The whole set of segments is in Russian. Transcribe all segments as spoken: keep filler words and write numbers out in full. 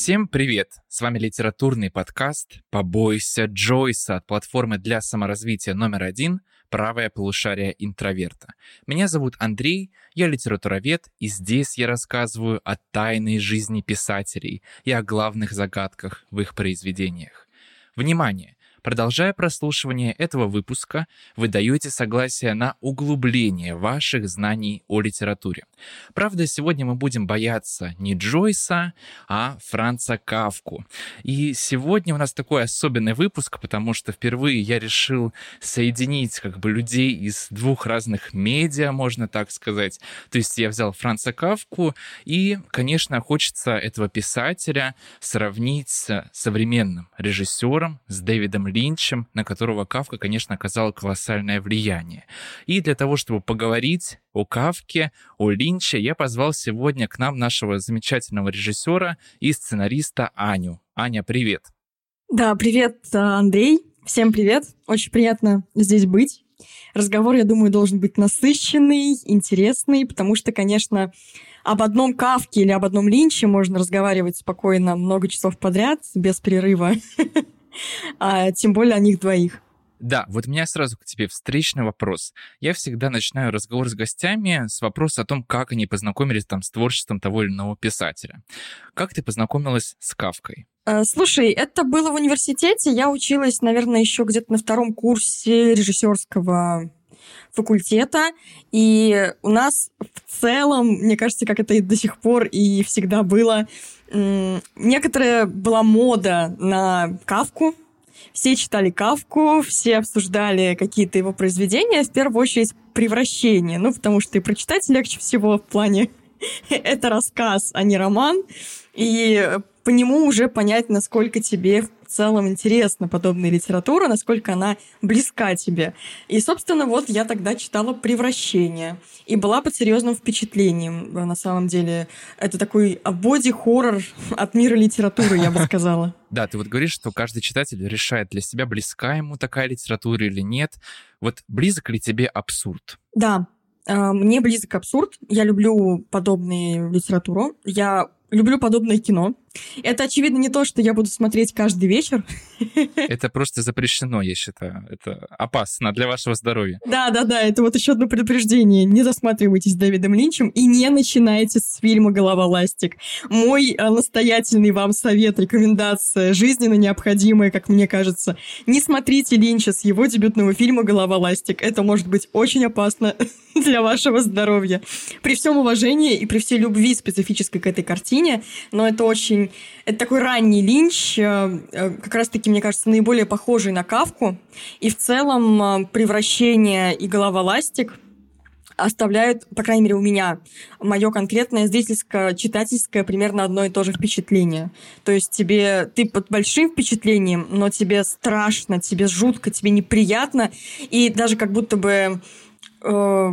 Всем привет! С вами литературный подкаст «Побойся Джойса» от платформы для саморазвития номер один «Правое полушарие интроверта». Меня зовут Андрей, я литературовед, и здесь я рассказываю о тайной жизни писателей и о главных загадках в их произведениях. Внимание! Продолжая прослушивание этого выпуска, вы даете согласие на углубление ваших знаний о литературе. Правда, сегодня мы будем бояться не Джойса, а Франца Кафку. И сегодня у нас такой особенный выпуск, потому что впервые я решил соединить как бы людей из двух разных медиа, можно так сказать. То есть я взял Франца Кафку, и, конечно, хочется этого писателя сравнить с современным режиссером, с Дэвидом Линчем, на которого Кафка, конечно, оказал колоссальное влияние. И для того, чтобы поговорить о Кафке, о Линче, я позвал сегодня к нам нашего замечательного режиссера и сценариста Аню. Аня, привет! Да, привет, Андрей. Всем привет. Очень приятно здесь быть. Разговор, я думаю, должен быть насыщенный, интересный, потому что, конечно, об одном Кафке или об одном Линче можно разговаривать спокойно много часов подряд, без перерыва. А тем более о них двоих. Да, вот у меня сразу к тебе встречный вопрос. Я всегда начинаю разговор с гостями с вопроса о том, как они познакомились там с творчеством того или иного писателя. Как ты познакомилась с Кафкой? Слушай, это было в университете. Я училась, наверное, еще где-то на втором курсе режиссерского факультета. И у нас в целом, мне кажется, как это и до сих пор и всегда было, некоторая была мода на Кафку. Все читали Кафку, все обсуждали какие-то его произведения, в первую очередь «Превращение». Ну, потому что и прочитать легче всего в плане это рассказ, а не роман. И по нему уже понять, насколько тебе в целом интересна подобная литература, насколько она близка тебе. И, собственно, вот я тогда читала «Превращение» и была под серьезным впечатлением. На самом деле, это такой боди-хоррор от мира литературы, я бы сказала. Да, ты вот говоришь, что каждый читатель решает для себя, близка ему такая литература или нет. Вот близок ли тебе абсурд? Да, мне близок абсурд. Я люблю подобную литературу. Я люблю подобное кино. Это, очевидно, не то, что я буду смотреть каждый вечер. Это просто запрещено, я считаю. Это опасно для вашего здоровья. Да-да-да, это вот еще одно предупреждение. Не засматривайтесь с Дэвидом Линчем и не начинайте с фильма «Голова ластик». Мой э, настоятельный вам совет, рекомендация, жизненно необходимая, как мне кажется. Не смотрите Линча с его дебютного фильма «Голова ластик». Это может быть очень опасно для вашего здоровья. При всем уважении и при всей любви специфической к этой картине, но это очень это такой ранний Линч, как раз-таки, мне кажется, наиболее похожий на Кафку. И в целом «Превращение» и «Голова ластик» оставляют, по крайней мере, у меня, мое конкретное зрительское, читательское примерно одно и то же впечатление. То есть тебе, ты под большим впечатлением, но тебе страшно, тебе жутко, тебе неприятно, и даже как будто бы, э,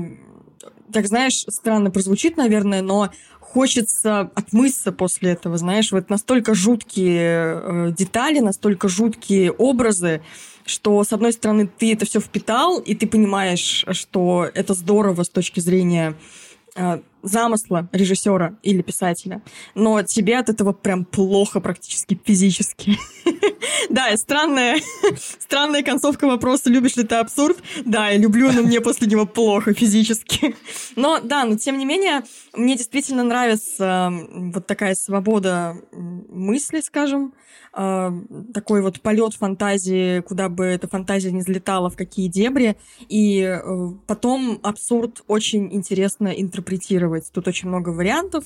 так знаешь, странно прозвучит, наверное, но хочется отмыться после этого, знаешь, вот настолько жуткие э, детали, настолько жуткие образы, что, с одной стороны, ты это все впитал, и ты понимаешь, что это здорово с точки зрения э, замысла режиссера или писателя, но тебе от этого прям плохо практически физически. Да, странная, странная концовка вопроса, любишь ли ты абсурд? Да, я люблю, но мне после него плохо физически. Но да, но тем не менее, мне действительно нравится вот такая свобода мысли, скажем, такой вот полет фантазии, куда бы эта фантазия не взлетала, в какие дебри. И потом абсурд очень интересно интерпретировать. Тут очень много вариантов.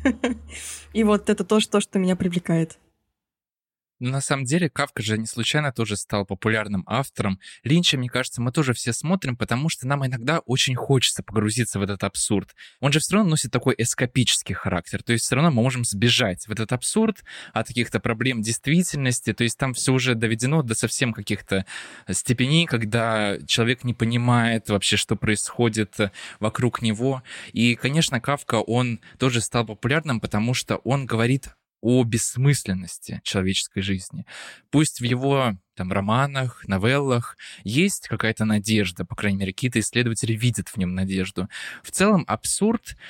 И вот это то, что, что меня привлекает. Но на самом деле Кафка же не случайно тоже стал популярным автором. Линча, мне кажется, мы тоже все смотрим, потому что нам иногда очень хочется погрузиться в этот абсурд. Он же все равно носит такой эскапический характер, то есть все равно мы можем сбежать в этот абсурд от каких-то проблем действительности, то есть там все уже доведено до совсем каких-то степеней, когда человек не понимает вообще, что происходит вокруг него. И, конечно, Кафка, он тоже стал популярным, потому что он говорит о бессмысленности человеческой жизни. Пусть в его там, романах, новеллах есть какая-то надежда, по крайней мере, какие-то исследователи видят в нем надежду. В целом абсурд,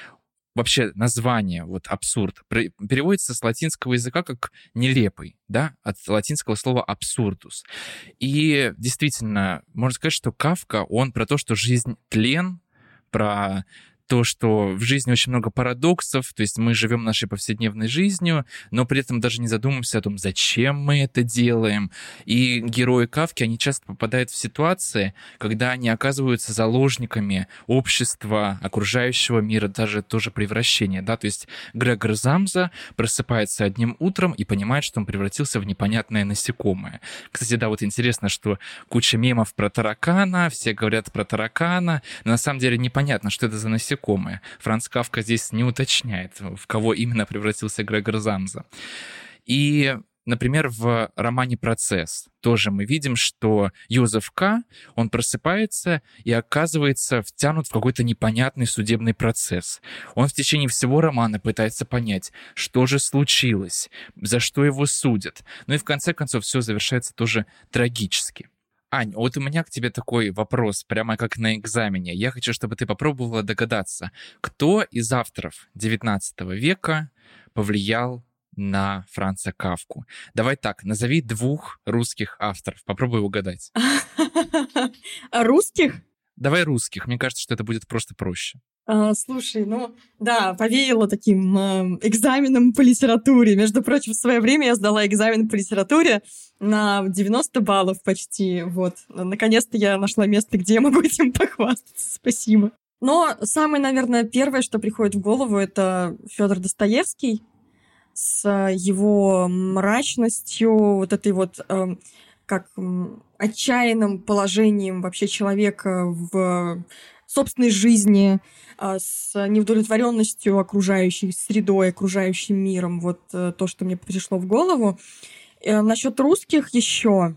вообще название, вот абсурд, переводится с латинского языка как нелепый, да, от латинского слова абсурдус. И действительно, можно сказать, что Кафка, он про то, что жизнь тлен, про то, что в жизни очень много парадоксов, то есть мы живем нашей повседневной жизнью, но при этом даже не задумываемся о том, зачем мы это делаем. И герои Кафки, они часто попадают в ситуации, когда они оказываются заложниками общества, окружающего мира, даже тоже превращения, да, то есть Грегор Замза просыпается одним утром и понимает, что он превратился в непонятное насекомое. Кстати, да, вот интересно, что куча мемов про таракана, все говорят про таракана, но на самом деле непонятно, что это за насекомое. Франц Кафка здесь не уточняет, в кого именно превратился Грегор Замза. И, например, в романе «Процесс» тоже мы видим, что Йозеф К., он просыпается и оказывается втянут в какой-то непонятный судебный процесс. Он в течение всего романа пытается понять, что же случилось, за что его судят. Ну и в конце концов все завершается тоже трагически. Ань, вот у меня к тебе такой вопрос, прямо как на экзамене. Я хочу, чтобы ты попробовала догадаться, кто из авторов девятнадцатого века повлиял на Франца Кафку. Давай так, назови двух русских авторов. Попробуй угадать. Русских? Давай русских. Мне кажется, что это будет просто проще. А, слушай, ну да, повеяло таким э, экзаменом по литературе. Между прочим, в свое время я сдала экзамен по литературе на девяносто баллов почти. Вот. Наконец-то я нашла место, где я могу этим похвастаться. Спасибо. Но самое, наверное, первое, что приходит в голову, это Федор Достоевский с его мрачностью, вот этой вот э, как э, отчаянным положением вообще человека в собственной жизни, с неудовлетворенностью окружающей средой, окружающим миром. Вот то, что мне пришло в голову. Насчет русских еще.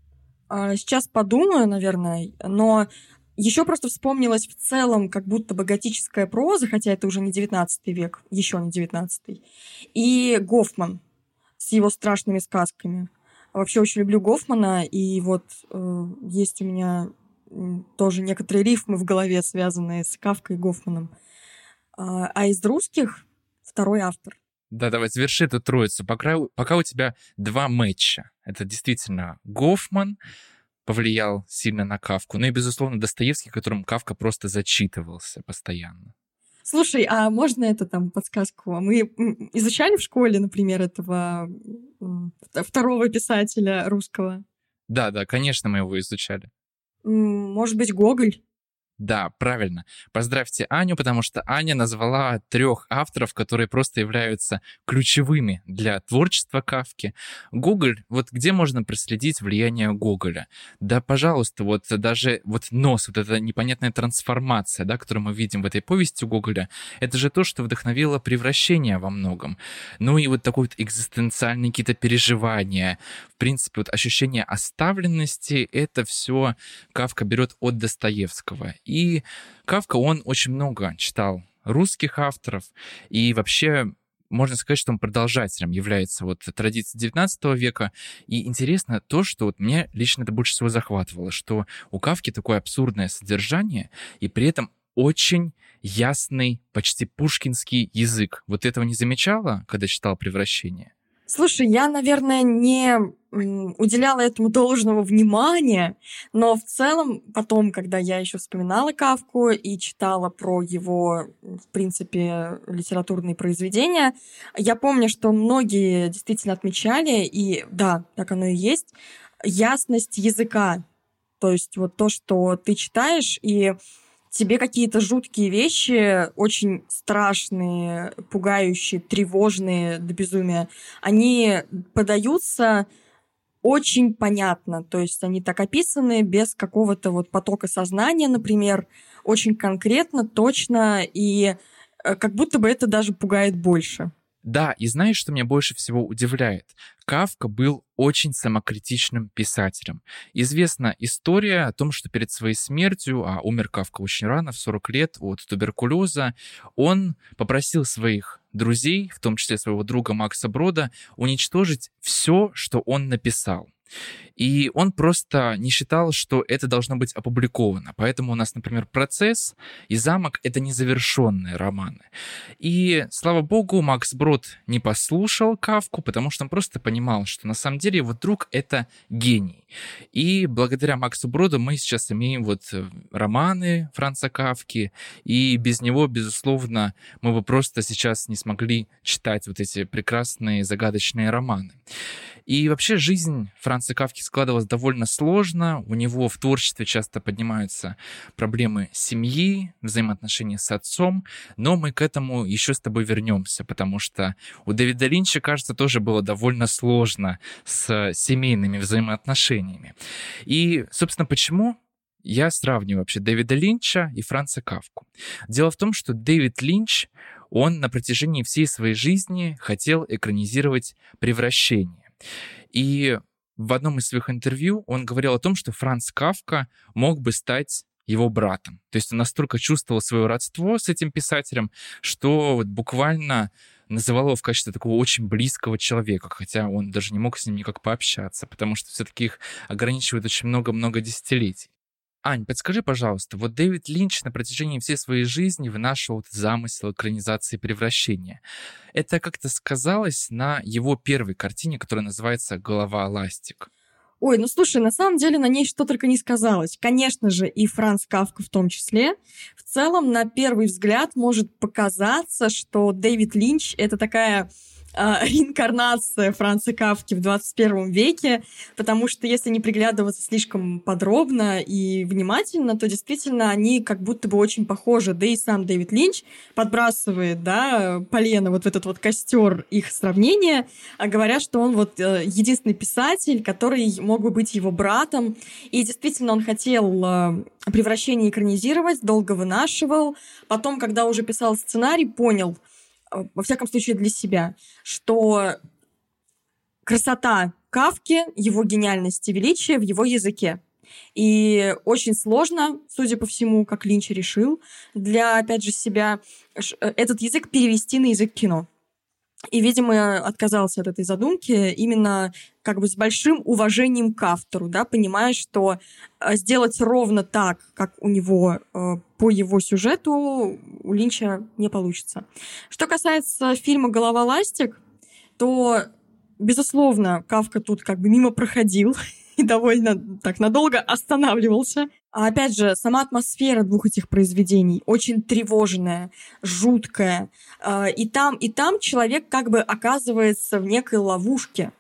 Сейчас подумаю, наверное, но еще просто вспомнилась в целом как будто бы готическая проза, хотя это уже не девятнадцатый век, еще не девятнадцатый. И Гофман с его страшными сказками. Вообще очень люблю Гофмана, и вот э, есть у меня тоже некоторые рифмы в голове, связанные с Кафкой и Гофманом. А, а из русских второй автор. Да, давай, заверши эту троицу. Пока, пока у тебя два мэтча. Это действительно Гофман повлиял сильно на Кафку. Ну и, безусловно, Достоевский, которым Кафка просто зачитывался постоянно. Слушай, а можно это там подсказку? Мы изучали в школе, например, этого второго писателя русского? Да, да, конечно, мы его изучали. Может быть, Гоголь? Да, правильно. Поздравьте Аню, потому что Аня назвала трех авторов, которые просто являются ключевыми для творчества Кафки. Гоголь, вот где можно проследить влияние Гоголя? Да, пожалуйста, вот даже вот нос, вот эта непонятная трансформация, да, которую мы видим в этой повести Гоголя, это же то, что вдохновило превращение во многом. Ну и вот такой вот экзистенциальные какие-то переживания, в принципе, вот ощущение оставленности, это все Кафка берет от Достоевского. И Кафка, он очень много читал русских авторов, и вообще можно сказать, что он продолжателем является вот традиции девятнадцатого века. И интересно то, что вот мне лично это больше всего захватывало, что у Кафки такое абсурдное содержание, и при этом очень ясный, почти пушкинский язык. Вот этого не замечала, когда читал «Превращение»? Слушай, я, наверное, не уделяла этому должного внимания, но в целом потом, когда я еще вспоминала Кафку и читала про его, в принципе, литературные произведения, я помню, что многие действительно отмечали, и да, так оно и есть, ясность языка. То есть вот то, что ты читаешь, и тебе какие-то жуткие вещи, очень страшные, пугающие, тревожные до безумия, они подаются очень понятно. То есть они так описаны без какого-то вот потока сознания, например, очень конкретно, точно, и как будто бы это даже пугает больше. Да, и знаешь, что меня больше всего удивляет? Кафка был очень самокритичным писателем. Известна история о том, что перед своей смертью, а умер Кафка очень рано, в сорок лет, от туберкулеза, он попросил своих друзей, в том числе своего друга Макса Брода, уничтожить все, что он написал. И он просто не считал, что это должно быть опубликовано. Поэтому у нас, например, «Процесс» и «Замок» — это незавершенные романы. И, слава богу, Макс Брод не послушал Кафку, потому что он просто понимал, что на самом деле его друг — это гений. И благодаря Максу Броду мы сейчас имеем вот романы Франца Кафки, и без него, безусловно, мы бы просто сейчас не смогли читать вот эти прекрасные загадочные романы. И вообще жизнь Франца Кафки складывалась довольно сложно. У него в творчестве часто поднимаются проблемы семьи, взаимоотношения с отцом, но мы к этому еще с тобой вернемся, потому что у Дэвида Линча, кажется, тоже было довольно сложно с семейными взаимоотношениями. И, собственно, почему я сравниваю вообще Дэвида Линча и Франца Кафку? Дело в том, что Дэвид Линч, он на протяжении всей своей жизни хотел экранизировать «Превращение». И в одном из своих интервью он говорил о том, что Франц Кафка мог бы стать его братом. То есть он настолько чувствовал свое родство с этим писателем, что вот буквально называл его в качестве такого очень близкого человека, хотя он даже не мог с ним никак пообщаться, потому что все-таки их ограничивает очень много-много десятилетий. Ань, подскажи, пожалуйста, вот Дэвид Линч на протяжении всей своей жизни вынашивал вот замысел экранизации «Превращения». Это как-то сказалось на его первой картине, которая называется «Голова ластик». Ой, ну слушай, на самом деле на ней что только не сказалось. Конечно же, и Франц Кафка в том числе. В целом, на первый взгляд может показаться, что Дэвид Линч — это такая э, реинкарнация Франца Кафки в двадцать первом веке, потому что если не приглядываться слишком подробно и внимательно, то действительно они как будто бы очень похожи. Да и сам Дэвид Линч подбрасывает, да, полено вот в этот вот костер их сравнения, говоря, что он вот э, единственный писатель, который мог бы быть его братом. И действительно он хотел э, «Превращение» экранизировать, долго вынашивал. Потом, когда уже писал сценарий, понял, э, во всяком случае для себя, что красота Кафки, его гениальность и величие в его языке. И очень сложно, судя по всему, как Линч решил, для, опять же, себя этот язык перевести на язык кино. И, видимо, отказался от этой задумки именно как бы с большим уважением к автору, да, понимая, что сделать ровно так, как у него по его сюжету, у Линча не получится. Что касается фильма «Голова ластик», то, безусловно, Кафка тут как бы мимо проходил и довольно так надолго останавливался. А опять же, сама атмосфера двух этих произведений очень тревожная, жуткая. И там, и там человек как бы оказывается в некой ловушке.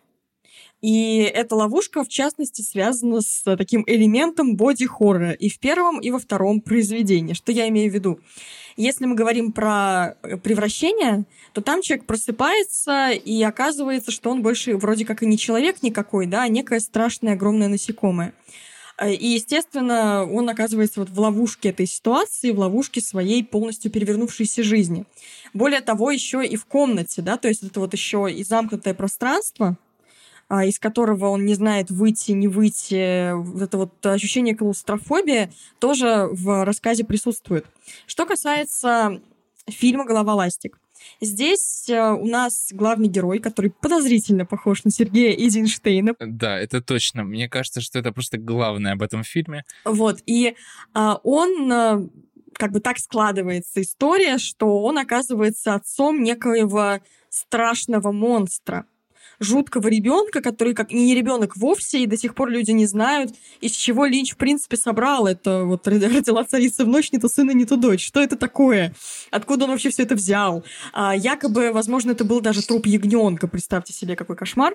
И эта ловушка, в частности, связана с таким элементом боди-хоррора и в первом, и во втором произведении. Что я имею в виду? Если мы говорим про «Превращение», то там человек просыпается, и оказывается, что он больше вроде как и не человек никакой, да, а некое страшное огромное насекомое. И, естественно, он оказывается вот в ловушке этой ситуации, в ловушке своей полностью перевернувшейся жизни. Более того, еще и в комнате, да, то есть это вот еще и замкнутое пространство, из которого он не знает, выйти, не выйти, вот это вот ощущение клаустрофобии тоже в рассказе присутствует. Что касается фильма «Голова ластик», здесь у нас главный герой, который подозрительно похож на Сергея Эйзенштейна. Да, это точно. Мне кажется, что это просто главное об этом фильме. Вот, и а, он... А, как бы так складывается история, что он оказывается отцом некоего страшного монстра, жуткого ребенка, который как не ребенок вовсе, и до сих пор люди не знают, из чего Линч, в принципе, собрал это. Вот родила царица в ночь, не то сына, не то дочь. Что это такое? Откуда он вообще все это взял? А, якобы, возможно, это был даже труп ягненка. Представьте себе, какой кошмар.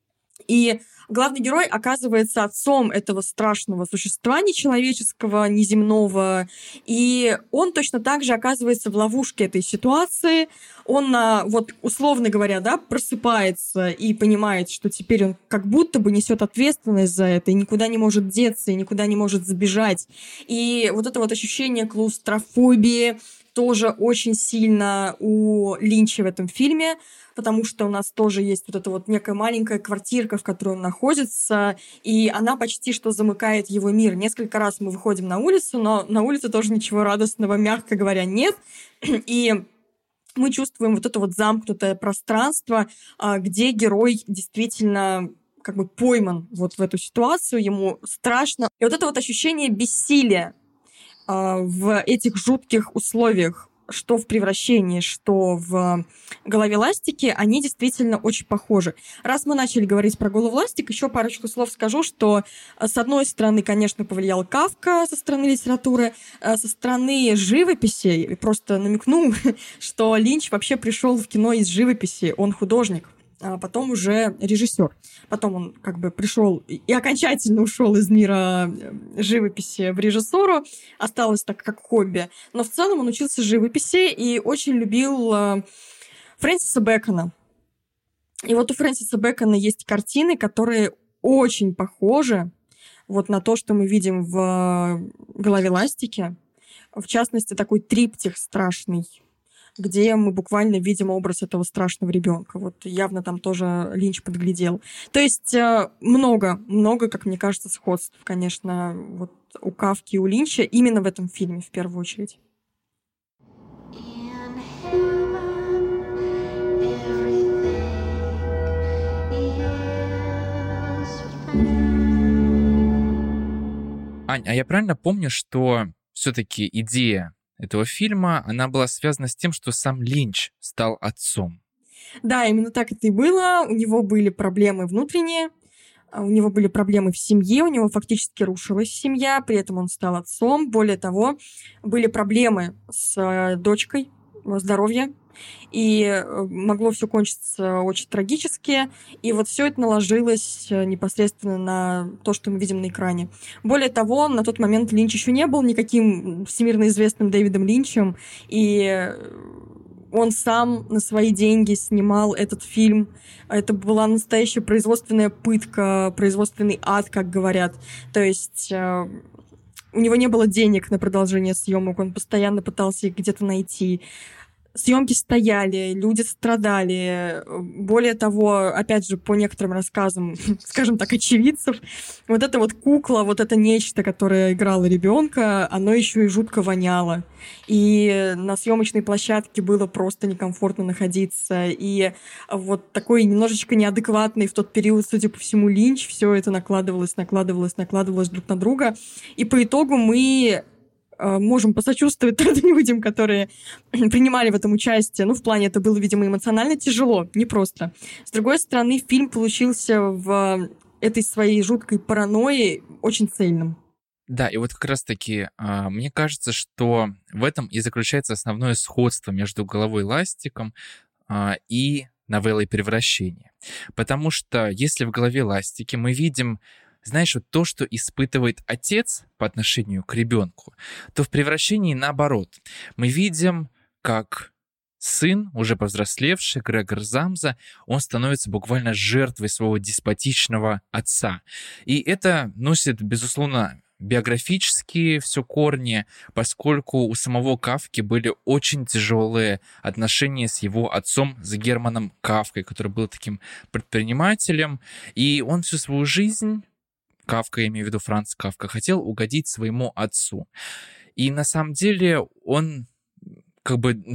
И главный герой оказывается отцом этого страшного существа нечеловеческого, неземного, и он точно так же оказывается в ловушке этой ситуации. Он, вот условно говоря, да, просыпается и понимает, что теперь он как будто бы несет ответственность за это и никуда не может деться, и никуда не может сбежать. И вот это вот ощущение клаустрофобии тоже очень сильно у Линча в этом фильме, потому что у нас тоже есть вот эта вот некая маленькая квартирка, в которой он находится, и она почти что замыкает его мир. Несколько раз мы выходим на улицу, но на улице тоже ничего радостного, мягко говоря, нет. И мы чувствуем вот это вот замкнутое пространство, где герой действительно как бы пойман вот в эту ситуацию, ему страшно. И вот это вот ощущение бессилия э, в этих жутких условиях, что в «Превращении», что в «Голове ластики», они действительно очень похожи. Раз мы начали говорить про «Голову ластик», еще парочку слов скажу, что с одной стороны, конечно, повлиял Кафка со стороны литературы, со стороны живописи, просто намекну, что Линч вообще пришел в кино из живописи, он художник, а потом уже режиссер. Потом он как бы пришел и окончательно ушел из мира живописи в режиссуру, осталось так как хобби. Но в целом он учился живописи и очень любил Фрэнсиса Бэкона. И вот у Фрэнсиса Бэкона есть картины, которые очень похожи вот на то, что мы видим в «Голове ластики». В частности, такой триптих страшный, где мы буквально видим образ этого страшного ребенка. Вот явно там тоже Линч подглядел. То есть много, много, как мне кажется, сходств, конечно, вот у Кафки и у Линча именно в этом фильме в первую очередь. Ань, а я правильно помню, что все-таки идея этого фильма, она была связана с тем, что сам Линч стал отцом? Да, именно так это и было. У него были проблемы внутренние, у него были проблемы в семье, у него фактически рушилась семья, при этом он стал отцом. Более того, были проблемы с дочкой, здоровье, и могло все кончиться очень трагически, и вот все это наложилось непосредственно на то, что мы видим на экране. Более того, на тот момент Линч еще не был никаким всемирно известным Дэвидом Линчем, и он сам на свои деньги снимал этот фильм. Это была настоящая производственная пытка, производственный ад, как говорят. То есть у него не было денег на продолжение съемок, он постоянно пытался их где-то найти. Съемки стояли, люди страдали. Более того, опять же, по некоторым рассказам, скажем так, очевидцев, вот эта вот кукла, вот это нечто, которое играло ребенка, оно еще и жутко воняло. И на съемочной площадке было просто некомфортно находиться. И вот такой немножечко неадекватный в тот период, судя по всему, Линч, все это накладывалось, накладывалось, накладывалось друг на друга. И по итогу мы можем посочувствовать людям, которые принимали в этом участие. Ну, в плане это было, видимо, эмоционально тяжело, непросто. С другой стороны, фильм получился в этой своей жуткой паранойи очень цельным. Да, и вот как раз-таки мне кажется, что в этом и заключается основное сходство между «Головой ластиком» и новеллой «Превращение». Потому что если в «Голове ластики» мы видим, знаешь, вот то, что испытывает отец по отношению к ребенку, то в «Превращении» наоборот. Мы видим, как сын, уже повзрослевший, Грегор Замза, он становится буквально жертвой своего деспотичного отца. И это носит, безусловно, биографические все корни, поскольку у самого Кафки были очень тяжелые отношения с его отцом, с Германом Кафкой, который был таким предпринимателем, и он всю свою жизнь, Кафка, я имею в виду Франц Кафка, хотел угодить своему отцу. И на самом деле он как бы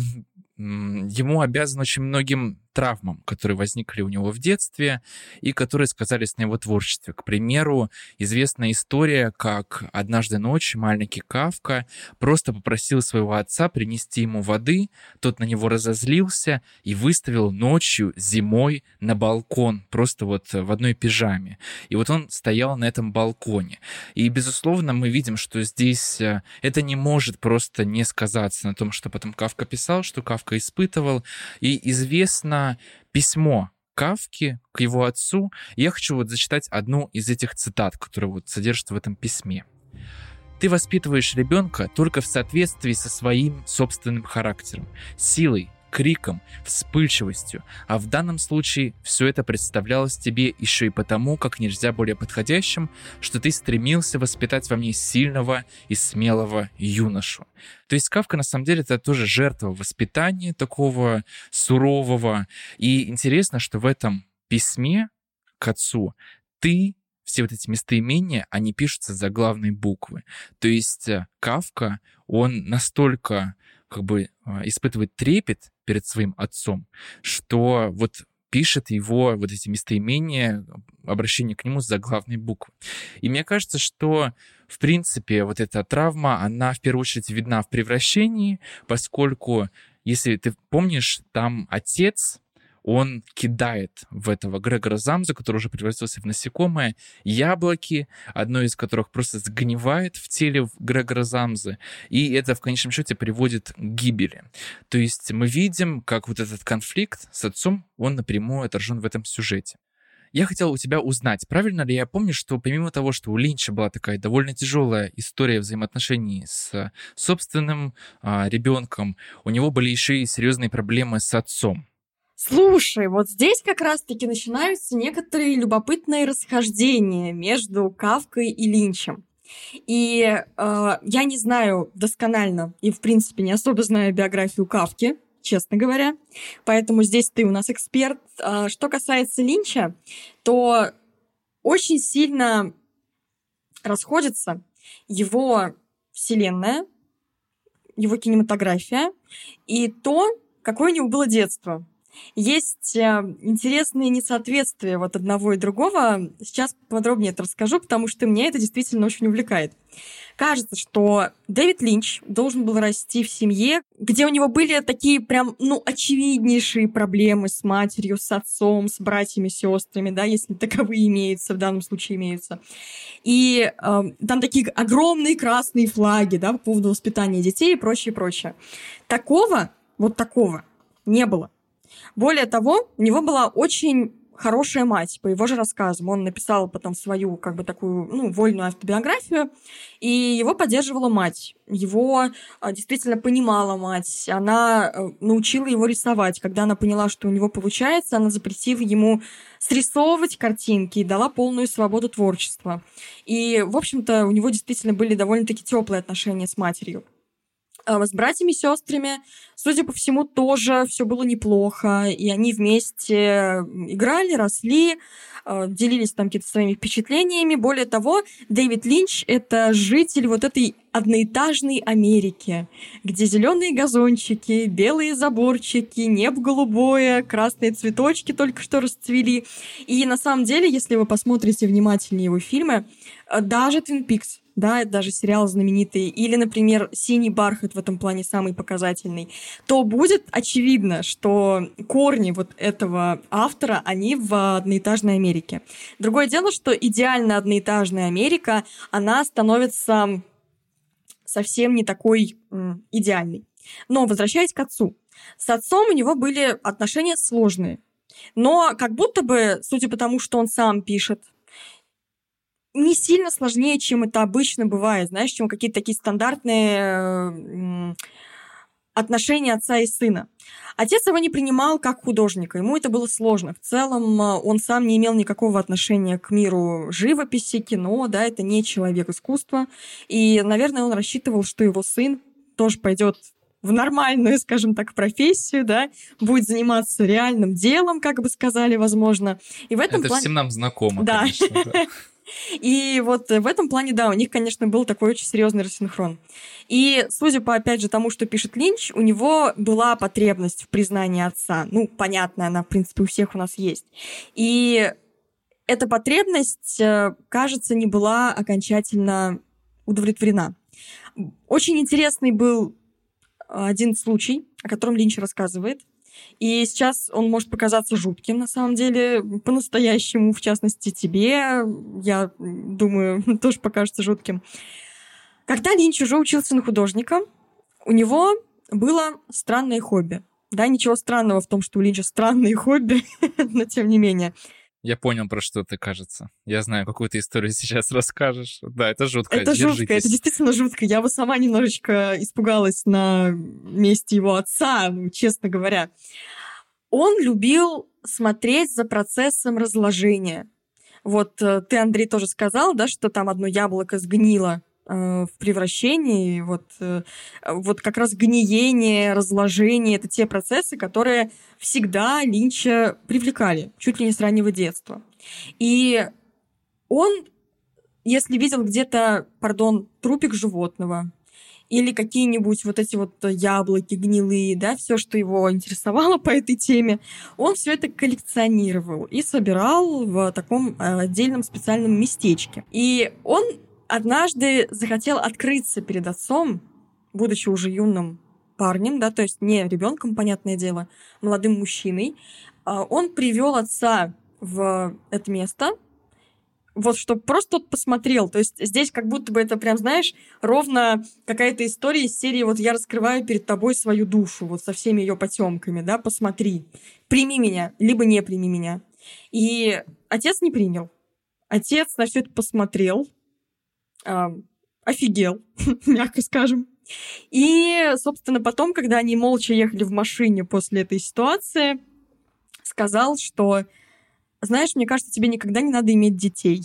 ему обязан очень многим травмам, которые возникли у него в детстве и которые сказались на его творчестве. К примеру, известная история, как однажды ночью маленький Кафка просто попросил своего отца принести ему воды, тот на него разозлился и выставил ночью зимой на балкон, просто вот в одной пижаме. И вот он стоял на этом балконе. И, безусловно, мы видим, что здесь это не может просто не сказаться на том, что потом Кафка писал, что Кафка испытывал. И известно письмо Кафки к его отцу. Я хочу вот зачитать одну из этих цитат, которые вот содержатся в этом письме. «Ты воспитываешь ребенка только в соответствии со своим собственным характером, силой, криком, вспыльчивостью, а в данном случае все это представлялось тебе еще и потому, как нельзя более подходящим, что ты стремился воспитать во мне сильного и смелого юношу». То есть Кафка, на самом деле, это тоже жертва воспитания такого сурового. И интересно, что в этом письме к отцу «ты», все вот эти местоимения, они пишутся за главные буквы. То есть Кафка, он настолько как бы испытывает трепет перед своим отцом, что вот пишет его вот эти местоимения, обращение к нему с заглавной буквы. И мне кажется, что, в принципе, вот эта травма, она в первую очередь видна в «Превращении», поскольку, если ты помнишь, там отец, он кидает в этого Грегора Замзу, который уже превратился в насекомое, яблоки, одно из которых просто сгнивает в теле Грегора Замзы, и это в конечном счете приводит к гибели. То есть мы видим, как вот этот конфликт с отцом, он напрямую отражен в этом сюжете. Я хотел у тебя узнать, правильно ли я помню, что помимо того, что у Линча была такая довольно тяжелая история взаимоотношений с собственным а, ребенком, у него были еще и серьезные проблемы с отцом. Слушай, вот здесь как раз-таки начинаются некоторые любопытные расхождения между Кафкой и Линчем. И э, я не знаю досконально и, в принципе, не особо знаю биографию Кафки, честно говоря. Поэтому здесь ты у нас эксперт. А что касается Линча, то очень сильно расходится его вселенная, его кинематография и то, какое у него было детство. Есть интересные несоответствия вот одного и другого. Сейчас подробнее это расскажу, потому что меня это действительно очень увлекает. Кажется, что Дэвид Линч должен был расти в семье, где у него были такие прям, ну, очевиднейшие проблемы с матерью, с отцом, с братьями, сестрами, да, если таковые имеются, в данном случае имеются. И э, там такие огромные красные флаги, да, по поводу воспитания детей и прочее, прочее. Такого, вот такого не было. Более того, у него была очень хорошая мать, по его же рассказам. Он написал потом свою, как бы, такую, ну, вольную автобиографию, и его поддерживала мать. Его а, действительно понимала мать. Она а, научила его рисовать. Когда она поняла, что у него получается, она запретила ему срисовывать картинки и дала полную свободу творчества. И, в общем-то, у него действительно были довольно-таки теплые отношения с матерью. С братьями и сестрами, судя по всему, тоже все было неплохо, и они вместе играли, росли, делились там какими-то своими впечатлениями. Более того, Дэвид Линч — это житель вот этой одноэтажной Америки, где зеленые газончики, белые заборчики, небо голубое, красные цветочки только что расцвели. И на самом деле, если вы посмотрите внимательнее его фильмы, даже «Твин Пикс», да, даже сериал знаменитый, или, например, «Синий бархат» в этом плане самый показательный, то будет очевидно, что корни вот этого автора, они в одноэтажной Америке. Другое дело, что идеально одноэтажная Америка, она становится совсем не такой м, идеальной. Но, возвращаясь к отцу. С отцом у него были отношения сложные. Но как будто бы, судя по тому, что он сам пишет, не сильно сложнее, чем это обычно бывает, знаешь, чем какие-то такие стандартные отношения отца и сына. Отец его не принимал как художника, ему это было сложно. В целом он сам не имел никакого отношения к миру живописи, кино, да, это не человек искусства. И, наверное, он рассчитывал, что его сын тоже пойдет в нормальную, скажем так, профессию, да, будет заниматься реальным делом, как бы сказали, возможно. И в этом это плане... всем нам знакомо, да. конечно. Да. И вот в этом плане, да, у них, конечно, был такой очень серьезный рассинхрон. И, судя по, опять же, тому, что пишет Линч, у него была потребность в признании отца. Ну, понятно, она, в принципе, у всех у нас есть. И эта потребность, кажется, не была окончательно удовлетворена. Очень интересный был один случай, о котором Линч рассказывает. И сейчас он может показаться жутким, на самом деле, по-настоящему, в частности, тебе, я думаю, тоже покажется жутким. Когда Линч уже учился на художника, у него было странное хобби. Да, ничего странного в том, что у Линча странные хобби, но тем не менее. Я понял, про что ты, кажется. Я знаю, какую ты историю сейчас расскажешь. Да, это жутко. Это Держитесь. жутко, это действительно жутко. Я бы сама немножечко испугалась на месте его отца, честно говоря. Он любил смотреть за процессом разложения. Вот ты, Андрей, тоже сказал, да, что там одно яблоко сгнило э, в превращении. Вот, э, вот как раз гниение, разложение — это те процессы, которые всегда Линча привлекали, чуть ли не с раннего детства. И он, если видел где-то, пардон, трупик животного или какие-нибудь вот эти вот яблоки гнилые, да, все, что его интересовало по этой теме, он все это коллекционировал и собирал в таком отдельном специальном местечке. И он однажды захотел открыться перед отцом, будучи уже юным парнем, да, то есть не ребенком, понятное дело, молодым мужчиной. Он привел отца в это место, вот, чтобы просто тот посмотрел. То есть здесь как будто бы это прям, знаешь, ровно какая-то история из серии вот «Я раскрываю перед тобой свою душу», вот со всеми ее потемками, да, посмотри, прими меня, либо не прими меня. И отец не принял. Отец на все это посмотрел, э, офигел, мягко скажем. И, собственно, потом, когда они молча ехали в машине после этой ситуации, сказал, что... Знаешь, мне кажется, тебе никогда не надо иметь детей.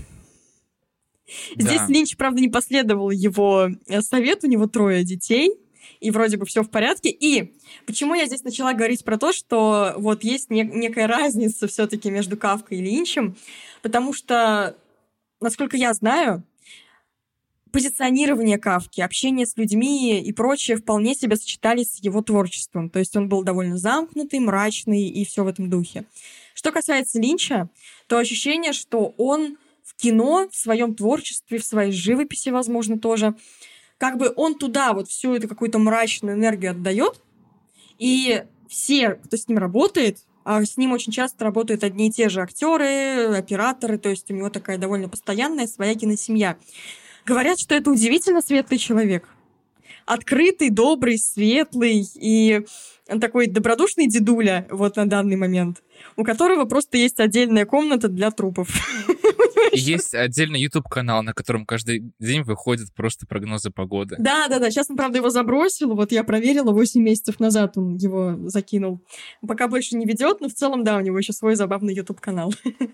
Да. Здесь Линч, правда, не последовал его совету, у него трое детей, и вроде бы все в порядке. И почему я здесь начала говорить про то, что вот есть не- некая разница все-таки между Кафкой и Линчем, потому что, насколько я знаю, позиционирование Кафки, общение с людьми и прочее вполне себе сочетались с его творчеством. То есть он был довольно замкнутый, мрачный и все в этом духе. Что касается Линча, то ощущение, что он в кино, в своем творчестве, в своей живописи, возможно, тоже, как бы он туда вот всю эту какую-то мрачную энергию отдает, и все, кто с ним работает, а с ним очень часто работают одни и те же актеры, операторы, то есть у него такая довольно постоянная своя киносемья, говорят, что это удивительно светлый человек. Открытый, добрый, светлый и такой добродушный дедуля вот на данный момент, у которого просто есть отдельная комната для трупов. Есть отдельный YouTube-канал, на котором каждый день выходят просто прогнозы погоды. Да-да-да, сейчас он, правда, его забросил, вот я проверила, восемь месяцев назад он его закинул. Пока больше не ведет, но в целом, да, у него еще свой забавный YouTube-канал.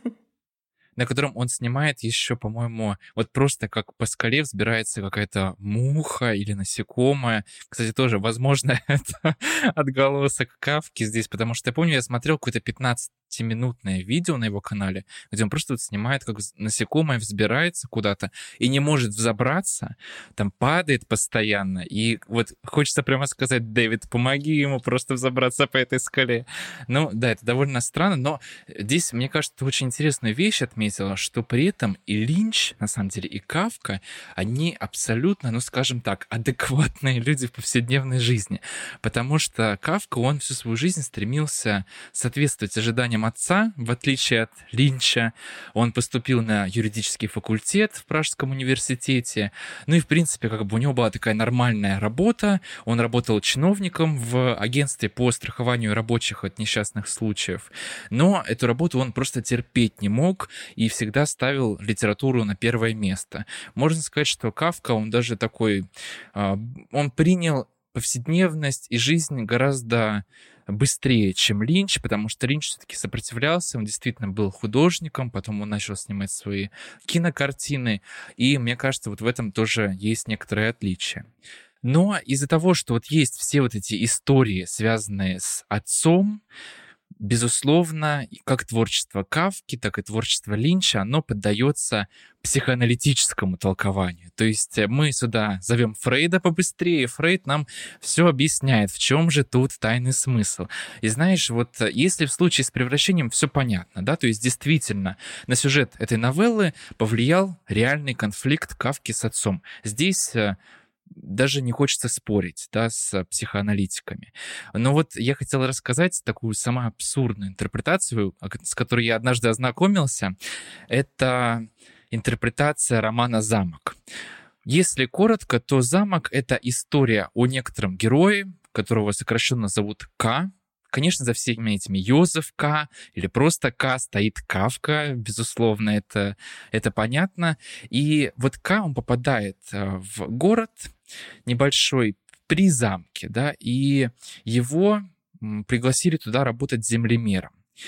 На котором он снимает еще, по-моему, вот просто как по скале взбирается какая-то муха или насекомое. Кстати, тоже, возможно, это отголосок Кафки здесь, потому что я помню, я смотрел какое-то пятнадцатиминутное видео на его канале, где он просто вот снимает, как насекомое взбирается куда-то и не может взобраться, там падает постоянно. И вот хочется прямо сказать: Дэвид, помоги ему просто взобраться по этой скале. Ну да, это довольно странно, но здесь, мне кажется, очень интересную вещь отметить, что при этом и Линч, на самом деле, и Кафка, они абсолютно, ну, скажем так, адекватные люди в повседневной жизни. Потому что Кафка, он всю свою жизнь стремился соответствовать ожиданиям отца, в отличие от Линча. Он поступил на юридический факультет в Пражском университете. Ну и, в принципе, как бы у него была такая нормальная работа. Он работал чиновником в агентстве по страхованию рабочих от несчастных случаев. Но эту работу он просто терпеть не мог и всегда ставил литературу на первое место. Можно сказать, что Кафка, он даже такой, он принял повседневность и жизнь гораздо быстрее, чем Линч, потому что Линч все-таки сопротивлялся, он действительно был художником, потом он начал снимать свои кинокартины, и мне кажется, вот в этом тоже есть некоторые отличия. Но из-за того, что вот есть все вот эти истории, связанные с отцом, безусловно, как творчество Кафки, так и творчество Линча, оно поддается психоаналитическому толкованию. То есть мы сюда зовем Фрейда побыстрее, Фрейд нам все объясняет, в чем же тут тайный смысл. И знаешь, вот если в случае с превращением все понятно, да, то есть действительно на сюжет этой новеллы повлиял реальный конфликт Кафки с отцом. Здесь даже не хочется спорить, да, с психоаналитиками. Но вот я хотел рассказать такую самую абсурдную интерпретацию, с которой я однажды ознакомился. Это интерпретация романа «Замок». Если коротко, то «Замок» — это история о некотором герое, которого сокращенно зовут К. Конечно, за всеми этими Йозеф К. или просто К стоит Кафка, безусловно, это, это понятно. И вот К, он попадает в город небольшой при замке, да, и его пригласили туда работать землемером.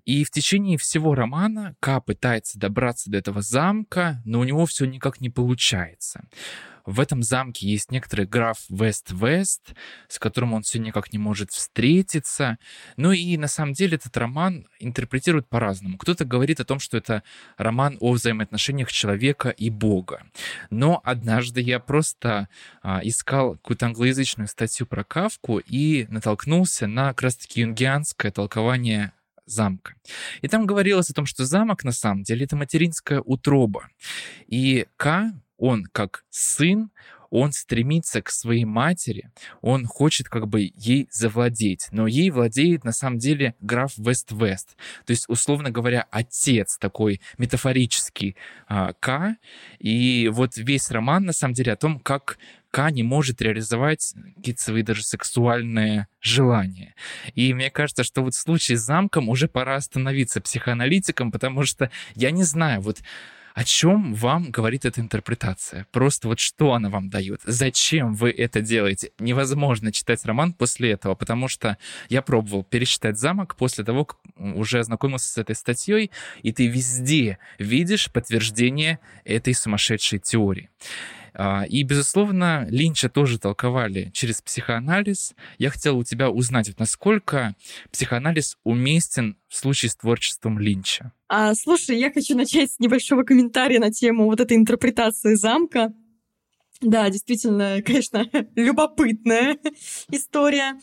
И в течение всего романа Ка пытается добраться до этого замка, но у него все никак не получается. В этом замке есть некоторый граф Вест-Вест, с которым он все никак не может встретиться. Ну и на самом деле этот роман интерпретируют по-разному. Кто-то говорит о том, что это роман о взаимоотношениях человека и Бога. Но однажды я просто а, искал какую-то англоязычную статью про Кафку и натолкнулся на как раз-таки юнгианское толкование замка. И там говорилось о том, что замок на самом деле это материнская утроба. И Ка, он как сын, он стремится к своей матери, он хочет как бы ей завладеть, но ей владеет на самом деле граф Вест-Вест. То есть, условно говоря, отец такой метафорический а, Ка. И вот весь роман на самом деле о том, как Ка не может реализовать какие-то свои даже сексуальные желания. И мне кажется, что вот в случае с замком уже пора остановиться психоаналитиком, потому что я не знаю, вот о чем вам говорит эта интерпретация? Просто вот что она вам дает? Зачем вы это делаете? Невозможно читать роман после этого, потому что я пробовал пересчитать «Замок» после того, как уже ознакомился с этой статьей, и ты везде видишь подтверждение этой сумасшедшей теории. И, безусловно, Линча тоже толковали через психоанализ. Я хотел у тебя узнать, вот насколько психоанализ уместен в случае с творчеством Линча. А, слушай, я хочу начать с небольшого комментария на тему вот этой интерпретации замка. Да, действительно, конечно, любопытная история.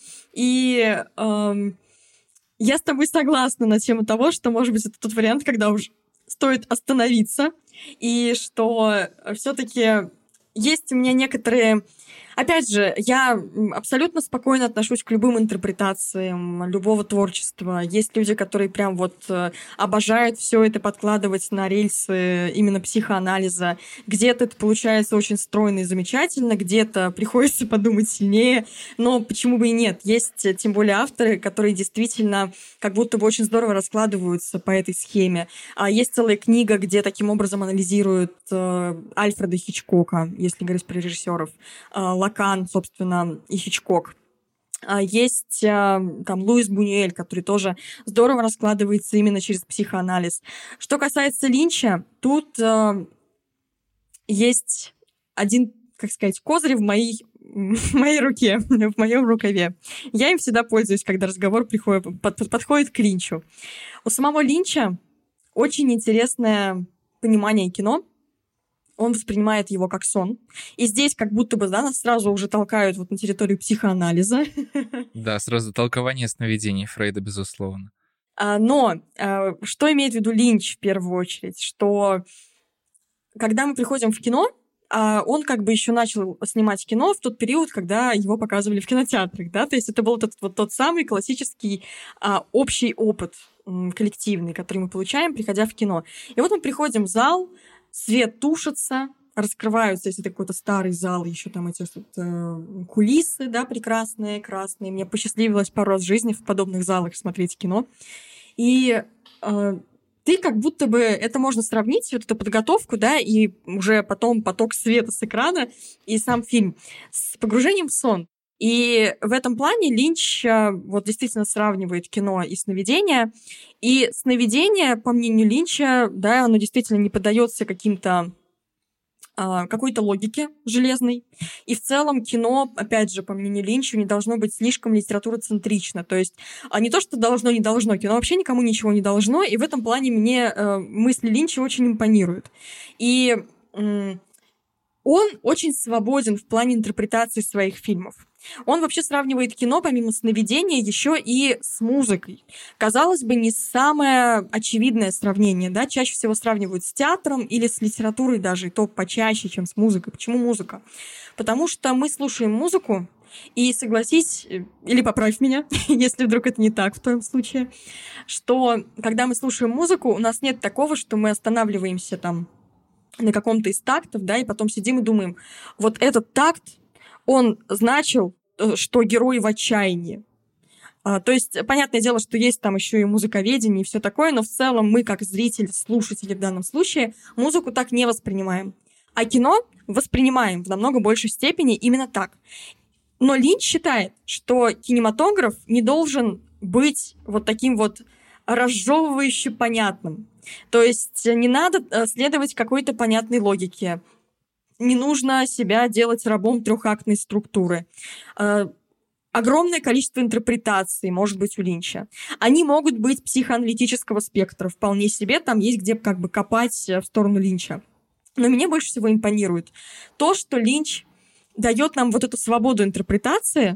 И эм, я с тобой согласна на тему того, что, может быть, это тот вариант, когда уже стоит остановиться, и что все-таки есть у меня некоторые... Опять же, я абсолютно спокойно отношусь к любым интерпретациям любого творчества. Есть люди, которые прям вот обожают все это подкладывать на рельсы именно психоанализа. Где-то это получается очень стройно и замечательно, где-то приходится подумать сильнее. Но почему бы и нет? Есть тем более авторы, которые действительно как будто бы очень здорово раскладываются по этой схеме. Есть целая книга, где таким образом анализируют Альфреда Хичкока, если говорить про режиссеров. Лакан, собственно, и Хичкок. Есть там Луис Бунюэль, который тоже здорово раскладывается именно через психоанализ. Что касается Линча, тут э, есть один, как сказать, козырь в моей, в моей руке, в моем рукаве. Я им всегда пользуюсь, когда разговор приходит, под, подходит к Линчу. У самого Линча очень интересное понимание кино. Он воспринимает его как сон. И здесь как будто бы, да, нас сразу уже толкают вот на территорию психоанализа. Да, сразу толкование сновидений Фрейда, безусловно. Но что имеет в виду Линч в первую очередь? Что когда мы приходим в кино, он как бы еще начал снимать кино в тот период, когда его показывали в кинотеатрах, да, то есть это был тот, вот тот самый классический общий опыт коллективный, который мы получаем, приходя в кино. И вот мы приходим в зал, свет тушится, раскрываются, если это какой-то старый зал, еще там эти вот, э, кулисы, да, прекрасные, красные. Мне посчастливилось пару раз в жизни в подобных залах смотреть кино. И э, ты как будто бы, это можно сравнить, вот эту подготовку, да, и уже потом поток света с экрана и сам фильм с погружением в сон. И в этом плане Линч вот действительно сравнивает кино и сновидение. И сновидение, по мнению Линча, да, оно действительно не поддается каким-то какой-то логике железной. И в целом кино, опять же, по мнению Линча, не должно быть слишком литературоцентрично. То есть не то, что должно, не должно. Кино вообще никому ничего не должно. И в этом плане мне мысли Линча очень импонируют. И он очень свободен в плане интерпретации своих фильмов. Он вообще сравнивает кино, помимо сновидения, еще и с музыкой. Казалось бы, не самое очевидное сравнение, да? Чаще всего сравнивают с театром или с литературой даже, и то почаще, чем с музыкой. Почему музыка? Потому что мы слушаем музыку, и согласись, или поправь меня, если вдруг это не так в твоем случае, что когда мы слушаем музыку, у нас нет такого, что мы останавливаемся там на каком-то из тактов, да, и потом сидим и думаем, вот этот такт, он значил, что герой в отчаянии. А, то есть, понятное дело, что есть там еще и музыковедение и все такое, но в целом мы, как зрители, слушатели в данном случае, музыку так не воспринимаем. А кино воспринимаем в намного большей степени именно так. Но Линч считает, что кинематограф не должен быть вот таким вот разжевывающе понятным. То есть не надо следовать какой-то понятной логике. Не нужно себя делать рабом трехактной структуры. Огромное количество интерпретаций может быть у Линча. Они могут быть психоаналитического спектра вполне себе. Там есть где как бы копать в сторону Линча. Но мне больше всего импонирует то, что Линч дает нам вот эту свободу интерпретации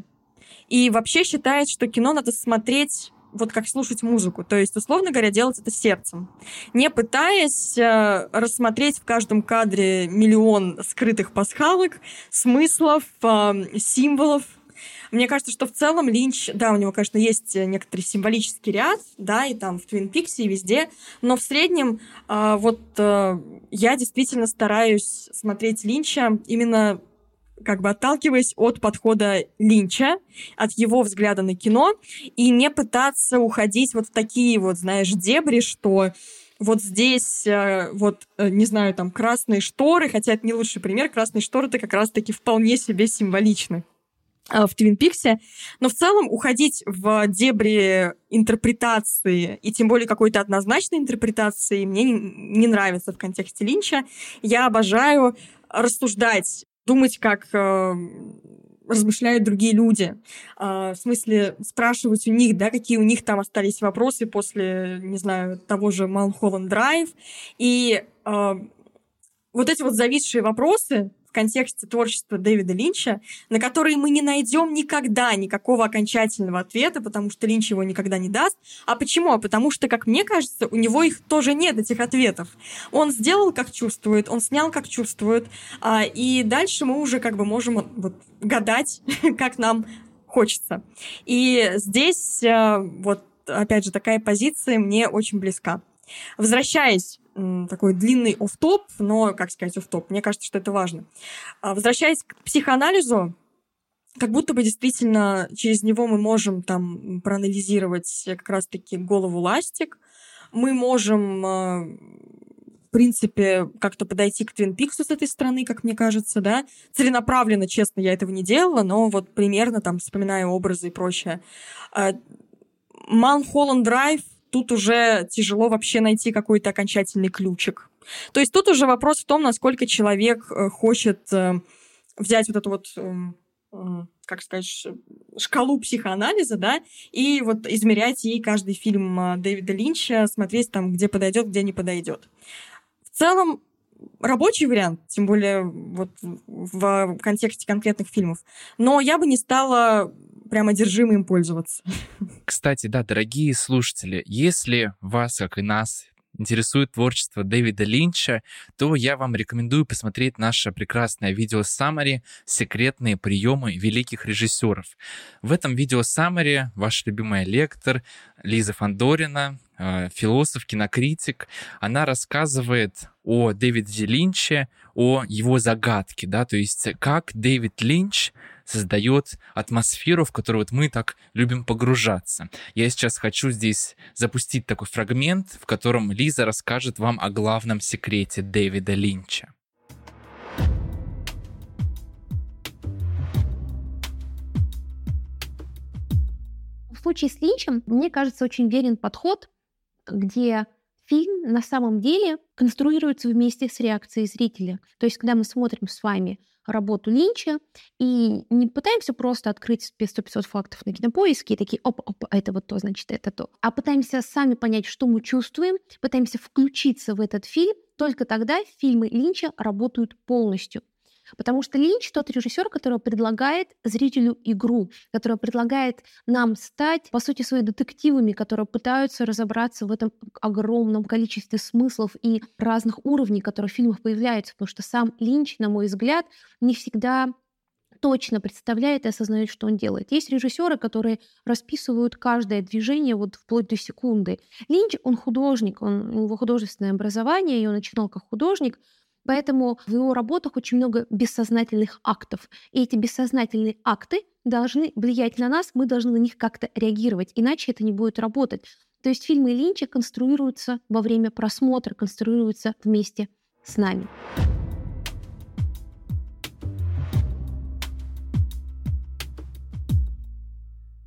и вообще считает, что кино надо смотреть вот как слушать музыку. То есть, условно говоря, делать это сердцем. Не пытаясь э, рассмотреть в каждом кадре миллион скрытых пасхалок, смыслов, э, символов. Мне кажется, что в целом Линч, да, у него, конечно, есть некоторый символический ряд, да, и там в Твин Пиксе, и везде, но в среднем э, вот э, я действительно стараюсь смотреть Линча именно как бы отталкиваясь от подхода Линча, от его взгляда на кино, и не пытаться уходить вот в такие вот, знаешь, дебри, что вот здесь, вот, не знаю, там, красные шторы, хотя это не лучший пример, красные шторы-то как раз-таки вполне себе символичны в Твин Пиксе, но в целом уходить в дебри интерпретации, и тем более какой-то однозначной интерпретации, мне не, не нравится в контексте Линча. Я обожаю рассуждать, думать, как э, размышляют другие люди. Э, в смысле, спрашивать у них, да, какие у них там остались вопросы после, не знаю, того же Малхолланд Драйв. И э, вот эти вот зависшие вопросы в контексте творчества Дэвида Линча, на которые мы не найдем никогда никакого окончательного ответа, потому что Линч его никогда не даст. А почему? А потому что, как мне кажется, у него их тоже нет, этих ответов. Он сделал, как чувствует, он снял, как чувствует, и дальше мы уже как бы можем вот гадать, как нам хочется. И здесь вот, опять же, такая позиция мне очень близка. Возвращаясь, такой длинный офф-топ, но, как сказать, офф-топ, мне кажется, что это важно. Возвращаясь к психоанализу, как будто бы действительно через него мы можем там проанализировать как раз-таки голову Ластик, мы можем, в принципе, как-то подойти к Твин Пиксу с этой стороны, как мне кажется, да. Целенаправленно, честно, я этого не делала, но вот примерно там вспоминаю образы и прочее. Малхолланд Драйв, тут уже тяжело вообще найти какой-то окончательный ключик. То есть тут уже вопрос в том, насколько человек хочет взять вот эту вот, как сказать, шкалу психоанализа, да, и вот измерять ей каждый фильм Дэвида Линча, смотреть там, где подойдет, где не подойдет. В целом, рабочий вариант, тем более вот в контексте конкретных фильмов. Но я бы не стала прям одержимо им пользоваться. Кстати, да, дорогие слушатели, если вас, как и нас, интересует творчество Дэвида Линча, то я вам рекомендую посмотреть наше прекрасное видео-саммари «Секретные приемы великих режиссеров». В этом видео-саммари ваш любимый лектор Лиза Фандорина, философ, кинокритик, она рассказывает о Дэвиде Линче, о его загадке, да, то есть как Дэвид Линч создает атмосферу, в которую вот мы так любим погружаться. Я сейчас хочу здесь запустить такой фрагмент, в котором Лиза расскажет вам о главном секрете Дэвида Линча. В случае с Линчем, мне кажется, очень верен подход, где фильм на самом деле конструируется вместе с реакцией зрителя. То есть, когда мы смотрим с вами работу Линча и не пытаемся просто открыть сто пятьсот фактов на Кинопоиске и такие, опа-опа, это вот то, значит, это то. А пытаемся сами понять, что мы чувствуем, пытаемся включиться в этот фильм, только тогда фильмы Линча работают полностью. Потому что Линч тот режиссер, который предлагает зрителю игру, который предлагает нам стать, по сути, своими детективами, которые пытаются разобраться в этом огромном количестве смыслов и разных уровней, которые в фильмах появляются. Потому что сам Линч, на мой взгляд, не всегда точно представляет и осознает, что он делает. Есть режиссеры, которые расписывают каждое движение вот вплоть до секунды. Линч, он художник, он, у него художественное образование, и он начинал как художник, поэтому в его работах очень много бессознательных актов. И эти бессознательные акты должны влиять на нас, мы должны на них как-то реагировать, иначе это не будет работать. То есть фильмы Линча конструируются во время просмотра, конструируются вместе с нами.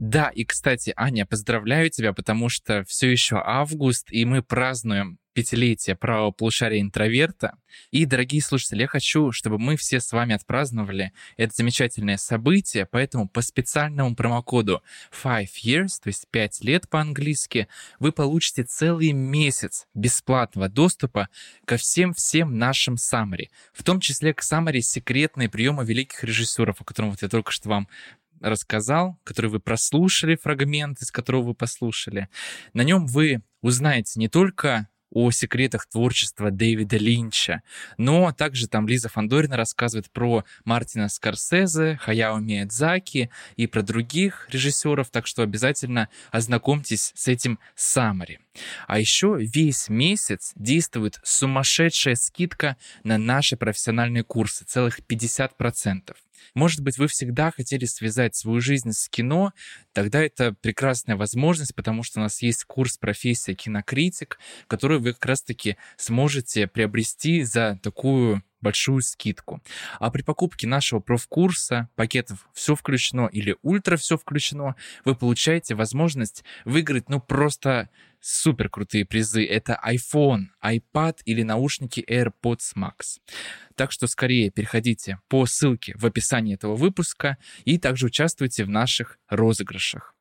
Да, и, кстати, Аня, поздравляю тебя, потому что все еще август, и мы празднуем пятилетие правого полушария интроверта. И, дорогие слушатели, я хочу, чтобы мы все с вами отпраздновали это замечательное событие, поэтому по специальному промокоду five years, то есть пять лет по-английски, вы получите целый месяц бесплатного доступа ко всем-всем нашим summary, в том числе к summary секретные приемы великих режиссеров, о котором вот я только что вам рассказал, который вы прослушали, фрагмент, из которого вы послушали. На нем вы узнаете не только о секретах творчества Дэвида Линча, но также там Лиза Фандорина рассказывает про Мартина Скорсезе, Хаяо Миядзаки и про других режиссеров, так что обязательно ознакомьтесь с этим summary. А еще весь месяц действует сумасшедшая скидка на наши профессиональные курсы, целых пятьдесят процентов. Может быть, вы всегда хотели связать свою жизнь с кино, тогда это прекрасная возможность, потому что у нас есть курс «Профессия кинокритик», который вы как раз-таки сможете приобрести за такую большую скидку. А при покупке нашего профкурса, пакетов «Все включено» или «Ультра все включено», вы получаете возможность выиграть, ну, просто супер крутые призы. Это iPhone, iPad или наушники AirPods Max. Так что скорее переходите по ссылке в описании этого выпуска и также участвуйте в наших розыгрышах.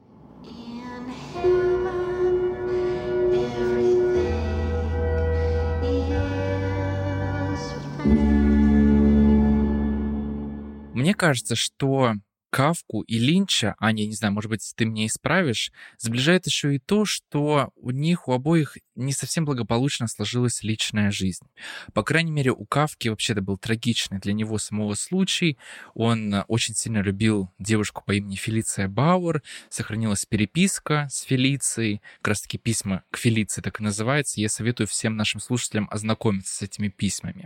Мне кажется, что Кафку и Линча, Аня, не знаю, может быть, ты меня исправишь, сближает еще и то, что у них, у обоих не совсем благополучно сложилась личная жизнь. По крайней мере, у Кафки вообще это был трагичный для него самого случай. Он очень сильно любил девушку по имени Фелиция Бауэр, сохранилась переписка с Фелицией, как раз-таки письма к Фелиции так и называется. Я советую всем нашим слушателям ознакомиться с этими письмами.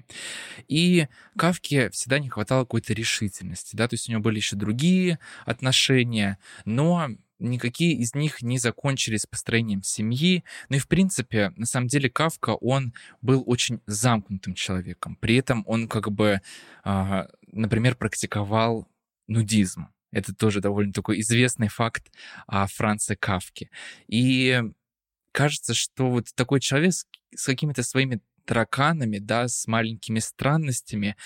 И Кафке всегда не хватало какой-то решительности, да, то есть у него были еще другие отношения, но никакие из них не закончились построением семьи. Ну и, в принципе, на самом деле Кафка, он был очень замкнутым человеком. При этом он как бы, например, практиковал нудизм. Это тоже довольно такой известный факт о Франце Кафке. И кажется, что вот такой человек с какими-то своими тараканами, да, с маленькими странностями,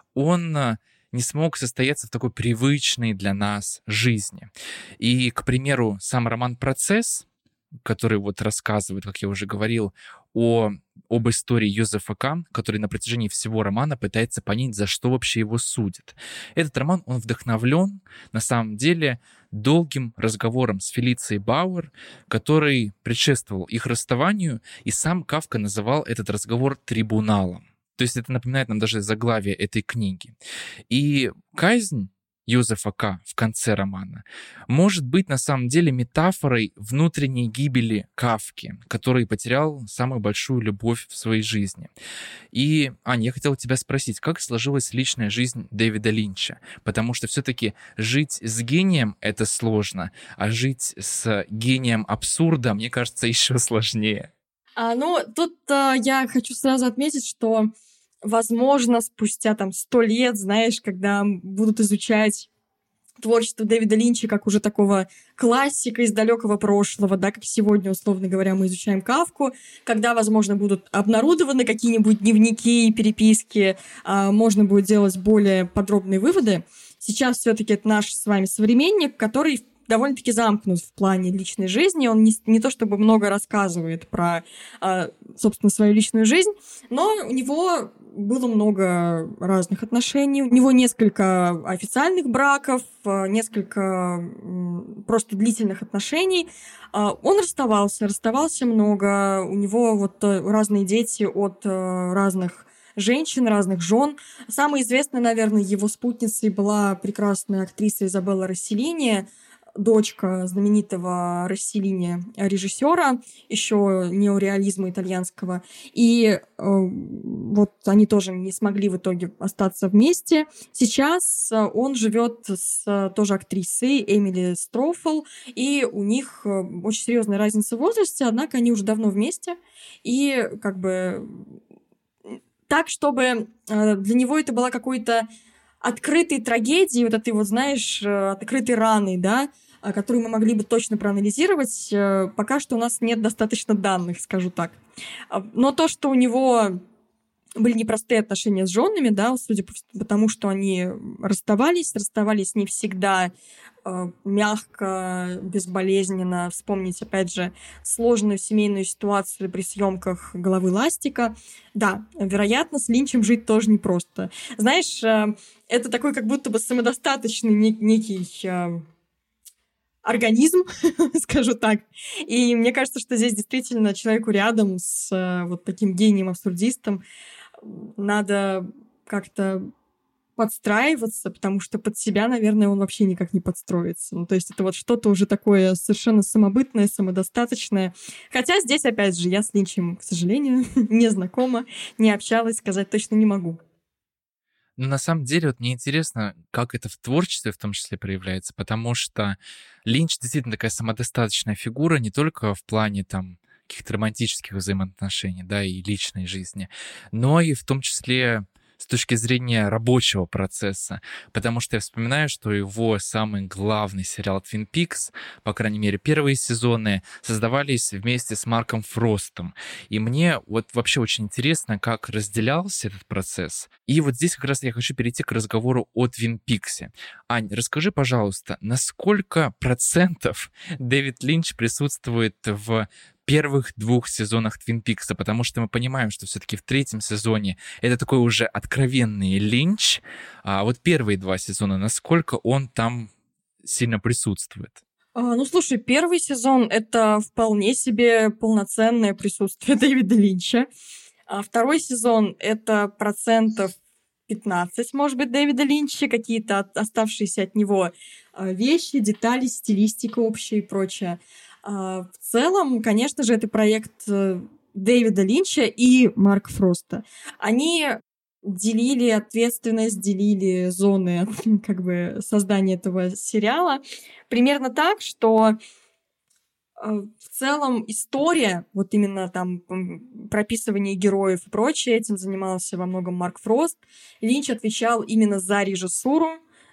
он не смог состояться в такой привычной для нас жизни. И, к примеру, сам роман «Процесс», который вот рассказывает, как я уже говорил, о, об истории Йозефа К., который на протяжении всего романа пытается понять, за что вообще его судят. Этот роман, он вдохновлен, на самом деле, долгим разговором с Фелицией Бауэр, который предшествовал их расставанию, и сам Кафка называл этот разговор «трибуналом». То есть это напоминает нам даже заглавие этой книги. И казнь Йозефа К. в конце романа может быть на самом деле метафорой внутренней гибели Кафки, который потерял самую большую любовь в своей жизни. И, Аня, я хотел тебя спросить, как сложилась личная жизнь Дэвида Линча? Потому что все-таки жить с гением — это сложно, а жить с гением абсурда, мне кажется, еще сложнее. А, ну, тут а, я хочу сразу отметить, что, возможно, спустя там сто лет, знаешь, когда будут изучать творчество Дэвида Линча как уже такого классика из далекого прошлого, да, как сегодня, условно говоря, мы изучаем Кафку, когда, возможно, будут обнародованы какие-нибудь дневники и переписки, а, можно будет делать более подробные выводы. Сейчас все-таки это наш с вами современник, который довольно-таки замкнут в плане личной жизни. Он не, не то чтобы много рассказывает про, э, собственно, свою личную жизнь, но у него было много разных отношений. У него несколько официальных браков, несколько просто длительных отношений. Он расставался, расставался много. У него вот разные дети от разных женщин, разных жен. Самой известной, наверное, его спутницей была прекрасная актриса Изабелла Росселлини, дочка знаменитого Росселлини режиссера, еще неореализма итальянского. И э, вот они тоже не смогли в итоге остаться вместе. Сейчас он живет с тоже актрисой Эмили Строуфл, и у них очень серьезная разница в возрасте, однако они уже давно вместе. И как бы так, чтобы для него это была какой-то открытой трагедией, вот этой вот, знаешь, открытой раной, да, которую мы могли бы точно проанализировать, пока что у нас нет достаточно данных, скажу так. Но то, что у него были непростые отношения с женами, да, судя по тому, что они расставались, расставались не всегда э, мягко, безболезненно. Вспомнить, опять же, сложную семейную ситуацию при съемках «Головы ластика». Да, вероятно, с Линчем жить тоже непросто. Знаешь, э, это такой как будто бы самодостаточный нек- некий... Э, организм, скажу так. И мне кажется, что здесь действительно человеку рядом с э, вот таким гением-абсурдистом надо как-то подстраиваться, потому что под себя, наверное, он вообще никак не подстроится. Ну, то есть это вот что-то уже такое совершенно самобытное, самодостаточное. Хотя здесь, опять же, я с Линчем, к сожалению, не знакома, не общалась, сказать точно не могу. Но на самом деле вот мне интересно, как это в творчестве в том числе проявляется, потому что Линч действительно такая самодостаточная фигура не только в плане там каких-то романтических взаимоотношений, да, и личной жизни, но и в том числе с точки зрения рабочего процесса, потому что я вспоминаю, что его самый главный сериал «Твин Пикс», по крайней мере, первые сезоны, создавались вместе с Марком Фростом. И мне вот вообще очень интересно, как разделялся этот процесс. И вот здесь как раз я хочу перейти к разговору о «Твин Пиксе». Ань, расскажи, пожалуйста, на сколько процентов Дэвид Линч присутствует в первых двух сезонах Твин Пикса, потому что мы понимаем, что все-таки в третьем сезоне это такой уже откровенный Линч, а вот первые два сезона, насколько он там сильно присутствует? А, ну, слушай, первый сезон — это вполне себе полноценное присутствие Дэвида Линча, а второй сезон — это процентов пятнадцать, может быть, Дэвида Линча, какие-то оставшиеся от него вещи, детали, стилистика общая и прочее. В целом, конечно же, это проект Дэвида Линча и Марка Фроста. Они делили ответственность, делили зоны как бы создания этого сериала примерно так, что в целом история, вот именно там прописывание героев и прочее, этим занимался во многом Марк Фрост. Линч отвечал именно за режиссуру,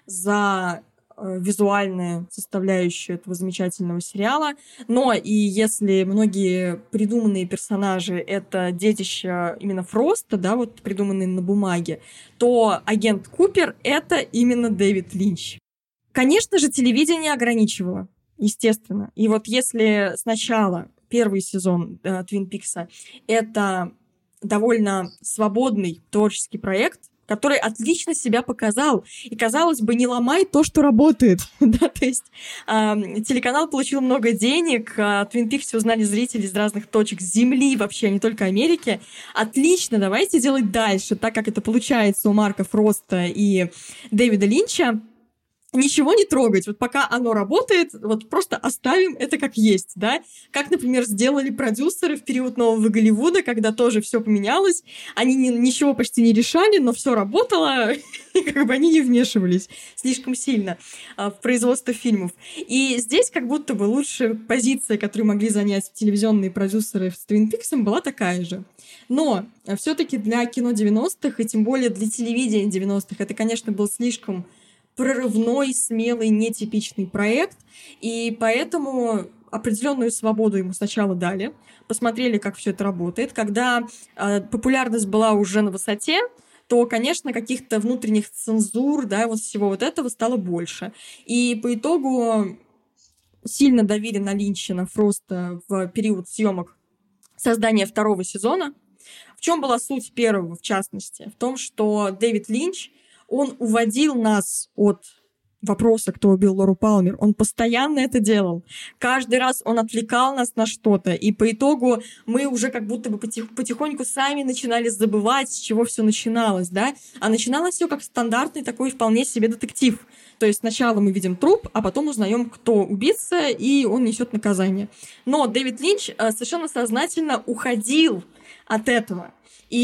за визуальную составляющую этого замечательного сериала. Но и если многие придуманные персонажи — это детище именно Фроста, да, вот придуманные на бумаге, то агент Купер — это именно Дэвид Линч. Конечно же, телевидение ограничивало, естественно. И вот если сначала первый сезон э, Твин Пикса — это довольно свободный творческий проект, который отлично себя показал. И, казалось бы, не ломай то, что работает. Да, то есть э, телеканал получил много денег, о Твин Пиксе узнали зрители из разных точек Земли, вообще, не только Америки. Отлично, давайте делать дальше, так как это получается у Марка Фроста и Дэвида Линча. Ничего не трогать. Вот пока оно работает, вот просто оставим это как есть, да. Как, например, сделали продюсеры в период нового Голливуда, когда тоже все поменялось. Они ни, ничего почти не решали, но все работало, и как бы они не вмешивались слишком сильно а, в производство фильмов. И здесь как будто бы лучшая позиция, которую могли занять телевизионные продюсеры с Твин Пиксом, была такая же. Но все-таки для кино девяностых, и тем более для телевидения девяностых, это, конечно, был слишком прорывной, смелый, нетипичный проект, и поэтому определенную свободу ему сначала дали, посмотрели, как все это работает. Когда э, популярность была уже на высоте, то, конечно, каких-то внутренних цензур, да, вот всего вот этого стало больше. И по итогу сильно давили на Линча, на Фроста в период съемок создания второго сезона. В чем была суть первого, в частности? В том, что Дэвид Линч, он уводил нас от вопроса, кто убил Лору Палмер. Он постоянно это делал. Каждый раз он отвлекал нас на что-то. И по итогу мы уже как будто бы потих- потихоньку сами начинали забывать, с чего все начиналось, да? А начиналось все как стандартный такой вполне себе детектив. То есть сначала мы видим труп, а потом узнаем, кто убийца, и он несет наказание. Но Дэвид Линч совершенно сознательно уходил от этого.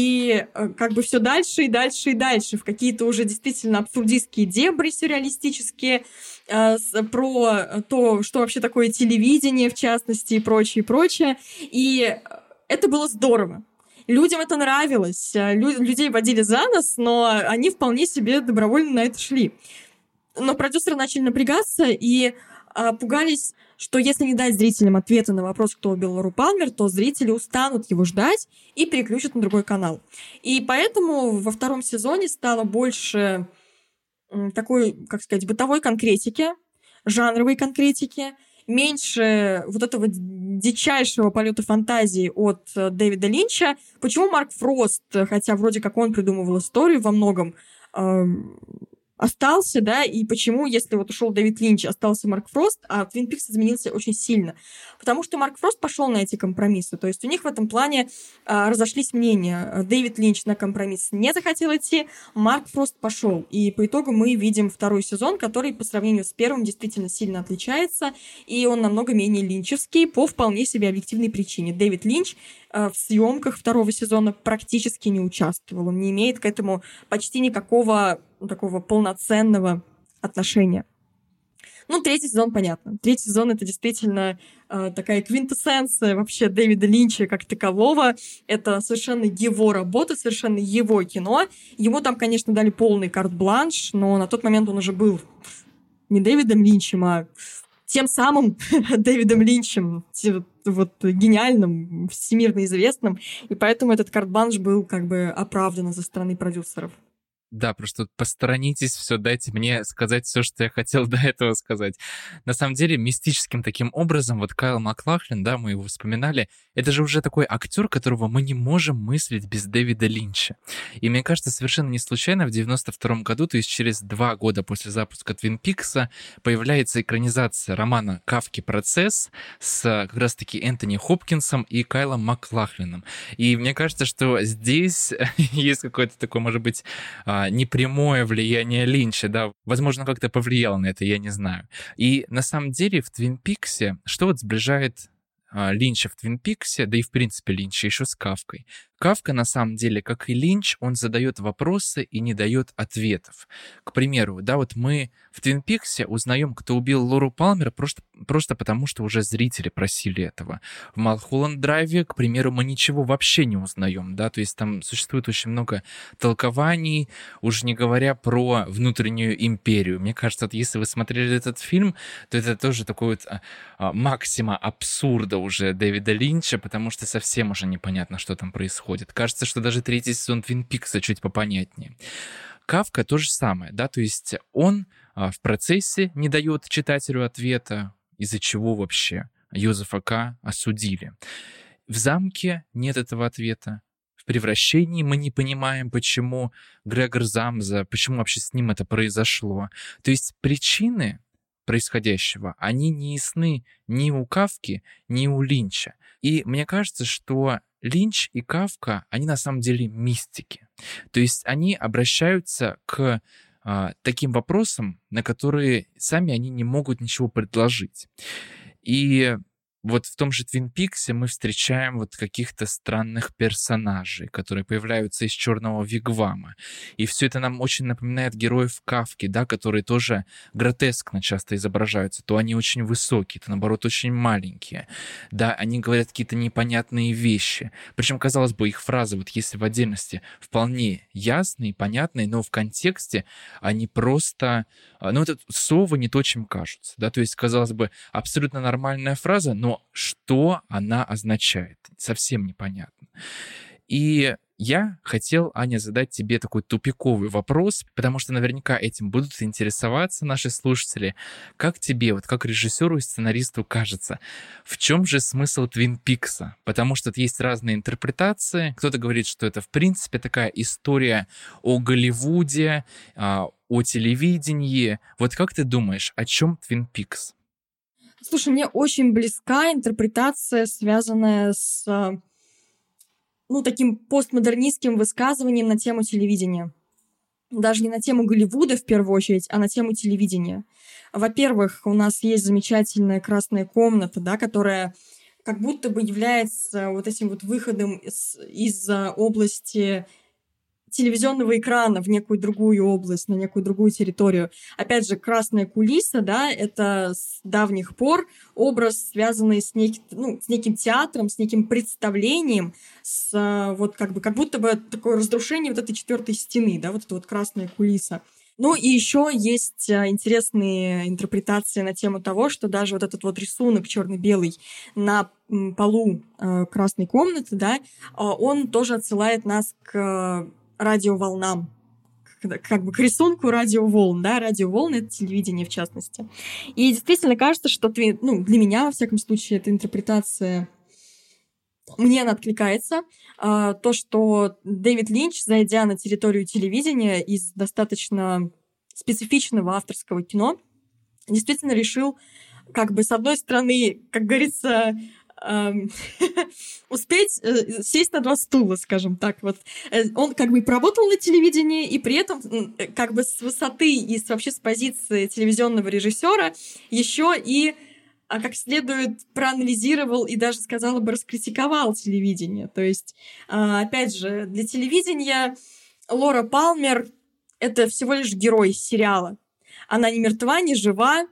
И как бы все дальше и дальше и дальше в какие-то уже действительно абсурдистские дебри сюрреалистические, э, про то, что вообще такое телевидение, в частности, и прочее, и прочее. И это было здорово. Людям это нравилось. Лю- людей водили за нос, но они вполне себе добровольно на это шли. Но продюсеры начали напрягаться, и а, пугались, что если не дать зрителям ответа на вопрос, кто убил Лору Палмер, то зрители устанут его ждать и переключат на другой канал. И поэтому во втором сезоне стало больше такой, как сказать, бытовой конкретики, жанровой конкретики, меньше вот этого дичайшего полета фантазии от Дэвида Линча. Почему Марк Фрост, хотя вроде как он придумывал историю во многом, э, остался, да, и почему, если вот ушел Дэвид Линч, остался Марк Фрост, а Твин Пикс изменился очень сильно? Потому что Марк Фрост пошел на эти компромиссы. То есть у них в этом плане а, разошлись мнения. Дэвид Линч на компромисс не захотел идти, Марк Фрост пошел. И по итогу мы видим второй сезон, который по сравнению с первым действительно сильно отличается, и он намного менее линчевский по вполне себе объективной причине. Дэвид Линч а, в съемках второго сезона практически не участвовал. Он не имеет к этому почти никакого такого полноценного отношения. Ну, третий сезон, понятно. Третий сезон — это действительно э, такая квинтэссенция вообще Дэвида Линча как такового. Это совершенно его работа, совершенно его кино. Ему там, конечно, дали полный карт-бланш, но на тот момент он уже был не Дэвидом Линчем, а тем самым Дэвидом Линчем, вот гениальным, всемирно известным. И поэтому этот карт-бланш был как бы оправдан со стороны продюсеров. Да, просто посторонитесь, все, дайте мне сказать все, что я хотел до этого сказать. На самом деле, мистическим таким образом, вот Кайл Маклахлин, да, мы его вспоминали, это же уже такой актер, которого мы не можем мыслить без Дэвида Линча. И мне кажется, совершенно не случайно в девяносто втором году, то есть через два года после запуска Твин Пикса, появляется экранизация романа «Кафки. Процесс» с как раз-таки Энтони Хопкинсом и Кайлом Маклахлином. И мне кажется, что здесь есть какое-то такое, может быть, непрямое влияние Линча, да, возможно, как-то повлияло на это, я не знаю. И на самом деле в Твин Пиксе, что вот сближает а, Линча в Твин Пиксе, да и в принципе Линча еще с Кафкой. Кафка, на самом деле, как и Линч, он задает вопросы и не дает ответов. К примеру, да, вот мы в Твин Пиксе узнаем, кто убил Лору Палмер, просто, просто потому, что уже зрители просили этого. В Малхолланд-Драйве, к примеру, мы ничего вообще не узнаем, да, то есть там существует очень много толкований, уж не говоря про внутреннюю империю. Мне кажется, вот если вы смотрели этот фильм, то это тоже такой вот а, а, максима абсурда уже Дэвида Линча, потому что совсем уже непонятно, что там происходит. Кажется, что даже третий сезон Твин Пикса чуть попонятнее. Кафка то же самое, да, то есть он а, в процессе не дает читателю ответа, из-за чего вообще Йозефа К. осудили. В замке нет этого ответа. В превращении мы не понимаем, почему Грегор Замза, почему вообще с ним это произошло. То есть причины происходящего, они не ясны ни у Кафки, ни у Линча. И мне кажется, что Линч и Кафка, они на самом деле мистики. То есть они обращаются к а, таким вопросам, на которые сами они не могут ничего предложить. И вот в том же Твин Пиксе мы встречаем вот каких-то странных персонажей, которые появляются из черного вигвама. И все это нам очень напоминает героев Кафки, да, которые тоже гротескно часто изображаются. То они очень высокие, то наоборот очень маленькие. Да, они говорят какие-то непонятные вещи. Причем, казалось бы, их фразы, вот если в отдельности вполне ясные, понятные, но в контексте они просто... Ну, это совы не то, чем кажутся. Да? То есть, казалось бы, абсолютно нормальная фраза, но что она означает? Совсем непонятно. И я хотел, Аня, задать тебе такой тупиковый вопрос, потому что наверняка этим будут интересоваться наши слушатели. Как тебе, вот как режиссеру и сценаристу кажется, в чем же смысл Твин Пикса? Потому что тут есть разные интерпретации. Кто-то говорит, что это в принципе такая история о Голливуде, о телевидении. Вот как ты думаешь, о чем Твин Пикс? Слушай, мне очень близка интерпретация, связанная с, ну, таким постмодернистским высказыванием на тему телевидения. Даже не на тему Голливуда в первую очередь, а на тему телевидения. Во-первых, у нас есть замечательная красная комната, да, которая как будто бы является вот этим вот выходом из, из области телевизионного экрана в некую другую область, на некую другую территорию. Опять же, красная кулиса, да, это с давних пор образ, связанный с, нек... ну, с неким театром, с неким представлением, с вот как бы как будто бы такое разрушение вот этой четвертой стены, да, вот эта вот красная кулиса. Ну и еще есть интересные интерпретации на тему того, что даже вот этот вот рисунок черно-белый на полу красной комнаты, да, он тоже отсылает нас к радиоволнам, как бы к рисунку радиоволн, да, радиоволны — это телевидение в частности. И действительно кажется, что ты, ну, для меня, во всяком случае, эта интерпретация, мне она откликается. То, что Дэвид Линч, зайдя на территорию телевидения из достаточно специфичного авторского кино, действительно решил, как бы, с одной стороны, как говорится, эм, успеть э, сесть на два стула, скажем так. Вот. Он как бы и поработал на телевидении, и при этом как бы с высоты и с, вообще с позиции телевизионного режиссера еще и а как следует проанализировал и даже, сказала бы, раскритиковал телевидение. То есть, опять же, для телевидения Лора Палмер — это всего лишь герой сериала. Она не мертва, не жива,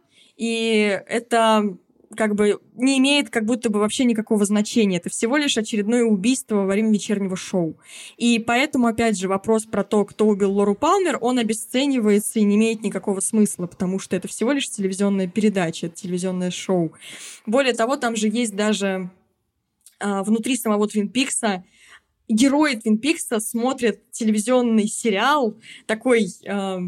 и это как бы не имеет как будто бы вообще никакого значения. Это всего лишь очередное убийство во время вечернего шоу. И поэтому, опять же, вопрос про то, кто убил Лору Палмер, он обесценивается и не имеет никакого смысла, потому что это всего лишь телевизионная передача, это телевизионное шоу. Более того, там же есть даже а, внутри самого Твин Пикса герои Твин Пикса смотрят телевизионный сериал, такой э,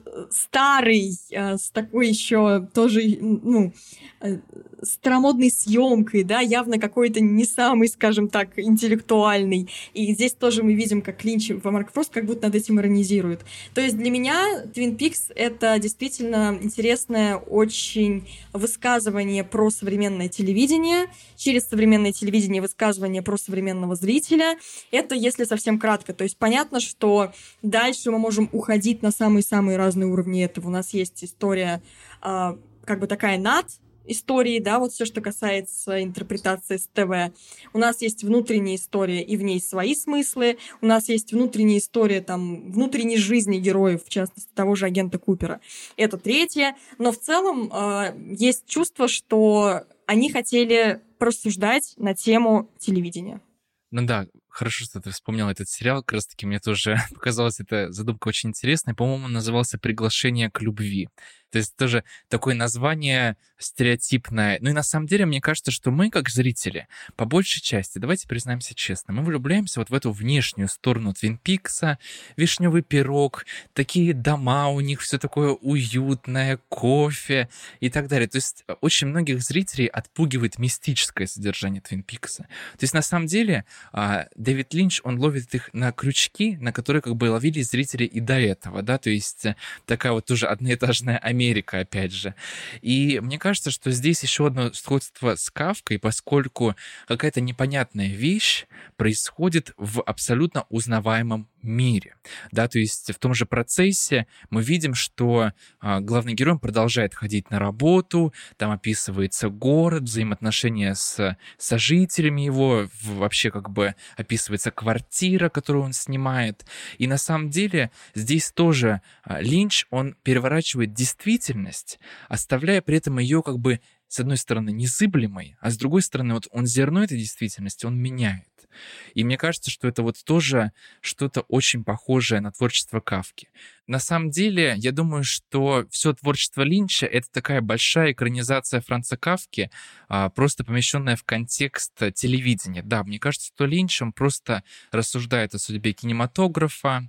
старый, э, с такой еще тоже, ну, э, старомодной съемкой, да, явно какой-то не самый, скажем так, интеллектуальный. И здесь тоже мы видим, как Линч во Марк Фрост как будто над этим иронизирует. То есть для меня Твин Пикс — это действительно интересное очень высказывание про современное телевидение, через современное телевидение высказывание про современного зрителя. Это если совсем кратко. То есть понятно, что дальше мы можем уходить на самые-самые разные уровни этого. У нас есть история э, как бы такая над истории, да, вот все, что касается интерпретации с ТВ. У нас есть внутренняя история, и в ней свои смыслы. У нас есть внутренняя история там, внутренней жизни героев, в частности, того же агента Купера. Это третье. Но в целом э, есть чувство, что они хотели порассуждать на тему телевидения. Ну да, хорошо, что ты вспомнил этот сериал. Как раз-таки мне тоже показалась эта задумка очень интересной. По-моему, он назывался «Приглашение к любви». То есть тоже такое название стереотипное. Ну и на самом деле, мне кажется, что мы, как зрители, по большей части, давайте признаемся честно, мы влюбляемся вот в эту внешнюю сторону Твин Пикса, вишневый пирог, такие дома у них, все такое уютное, кофе и так далее. То есть очень многих зрителей отпугивает мистическое содержание Твин Пикса. То есть на самом деле Дэвид Линч, он ловит их на крючки, на которые как бы ловили зрители и до этого, да, то есть такая вот тоже одноэтажная Америка, Америка, опять же. И мне кажется, что здесь еще одно сходство с Кафкой, поскольку какая-то непонятная вещь происходит в абсолютно узнаваемом мире. Да, то есть в том же процессе мы видим, что а, главный герой продолжает ходить на работу, там описывается город, взаимоотношения с сожителями его, вообще как бы описывается квартира, которую он снимает. И на самом деле здесь тоже а, Линч, он переворачивает действительность, оставляя при этом ее как бы с одной стороны незыблемой, а с другой стороны вот он зерно этой действительности, он меняет. И мне кажется, что это вот тоже что-то очень похожее на творчество Кафки. На самом деле, я думаю, что все творчество Линча — это такая большая экранизация Франца Кафки, просто помещенная в контекст телевидения. Да, мне кажется, что Линч, он просто рассуждает о судьбе кинематографа,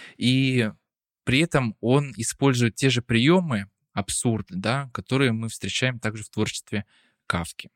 и при этом он использует те же приемы, абсурд, да, которые мы встречаем также в творчестве Кафки.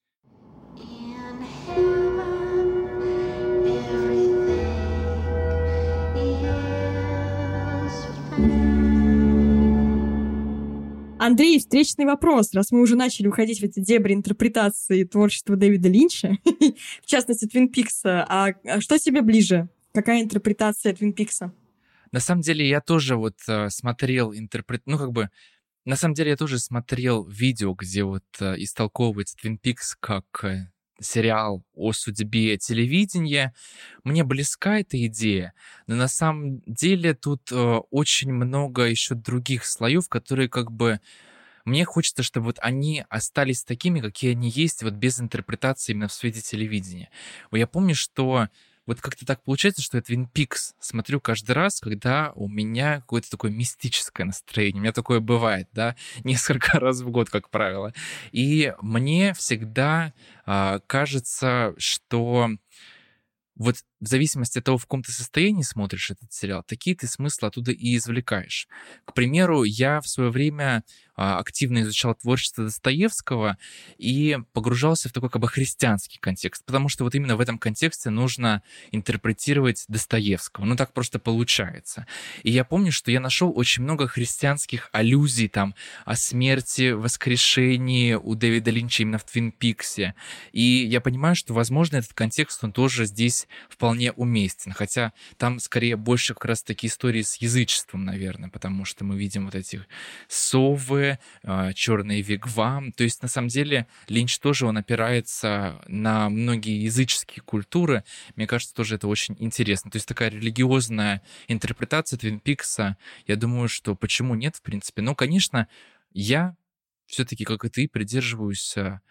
Андрей, встречный вопрос. Раз мы уже начали уходить в эти дебри интерпретации творчества Дэвида Линча, в частности, Твин Пикса, а что тебе ближе? Какая интерпретация Твин Пикса? На самом деле, я тоже вот э, смотрел интерпрет... Ну, как бы, на самом деле, я тоже смотрел видео, где вот э, истолковывается Твин Пикс как э, сериал о судьбе телевидения. Мне близка эта идея, но на самом деле тут э, очень много еще других слоев, которые как бы... Мне хочется, чтобы вот они остались такими, какие они есть, вот без интерпретации именно в свете телевидения. Я помню, что вот как-то так получается, что я Twin Peaks смотрю каждый раз, когда у меня какое-то такое мистическое настроение. У меня такое бывает, да, несколько раз в год, как правило. И мне всегда а, кажется, что вот в зависимости от того, в каком ты состоянии смотришь этот сериал, такие ты смыслы оттуда и извлекаешь. К примеру, я в свое время а, активно изучал творчество Достоевского и погружался в такой как бы христианский контекст, потому что вот именно в этом контексте нужно интерпретировать Достоевского. Ну, так просто получается. И я помню, что я нашел очень много христианских аллюзий там о смерти, воскрешении у Дэвида Линча именно в Твин Пиксе. И я понимаю, что, возможно, этот контекст, он тоже здесь вполне уместен. Хотя там скорее больше как раз таки истории с язычеством, наверное, потому что мы видим вот эти совы, черный вигвам. То есть, на самом деле, Линч тоже, он опирается на многие языческие культуры. Мне кажется, тоже это очень интересно. То есть, такая религиозная интерпретация Твин Пикса, я думаю, что почему нет, в принципе. Но, конечно, я все-таки, как и ты, придерживаюсь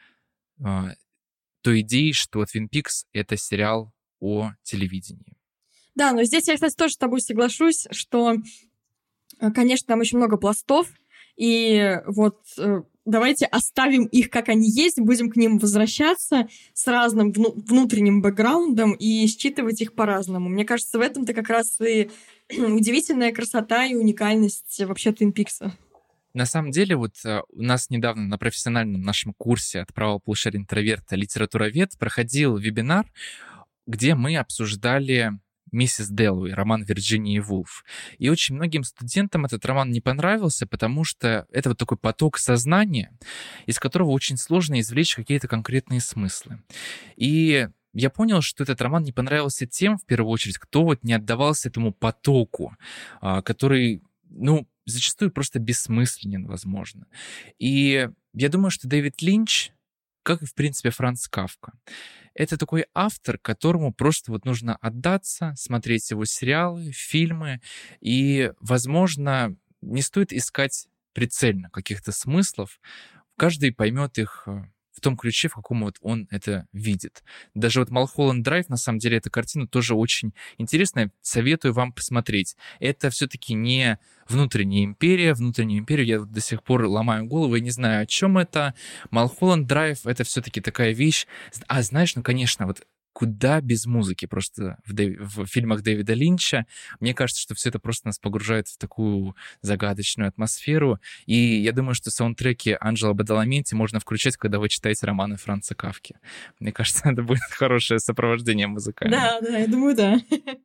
той идеи, что Twin Peaks — это сериал о телевидении. Да, но здесь я, кстати, тоже с тобой соглашусь, что, конечно, там очень много пластов, и вот давайте оставим их, как они есть, будем к ним возвращаться с разным вну- внутренним бэкграундом и считывать их по-разному. Мне кажется, в этом-то как раз и удивительная красота и уникальность вообще Twin Peaks. На самом деле, вот у нас недавно на профессиональном нашем курсе от правого полушария интроверта литературовед проходил вебинар, где мы обсуждали «Миссис Дэллоуэй», роман Вирджинии Вулф. И очень многим студентам этот роман не понравился, потому что это вот такой поток сознания, из которого очень сложно извлечь какие-то конкретные смыслы. И я понял, что этот роман не понравился тем, в первую очередь, кто вот не отдавался этому потоку, который, ну, зачастую просто бессмысленен, возможно. И я думаю, что Дэвид Линч, как и, в принципе, Франц Кафка, это такой автор, которому просто вот нужно отдаться, смотреть его сериалы, фильмы, и, возможно, не стоит искать прицельно каких-то смыслов. Каждый поймет их в том ключе, в каком вот он это видит. Даже вот «Малхолланд Драйв», на самом деле, эта картина тоже очень интересная. Советую вам посмотреть. Это все-таки не «Внутренняя империя». «Внутреннюю империю» я до сих пор ломаю голову, я не знаю, о чем это. «Малхолланд Драйв» — это все-таки такая вещь. А знаешь, ну, конечно, вот куда без музыки просто в, Дэв... в фильмах Дэвида Линча. Мне кажется, что все это просто нас погружает в такую загадочную атмосферу. И я думаю, что саундтреки Анджело Бадаламенти можно включать, когда вы читаете романы Франца Кафки. Мне кажется, это будет хорошее сопровождение музыкальное. Да, да, я думаю, да.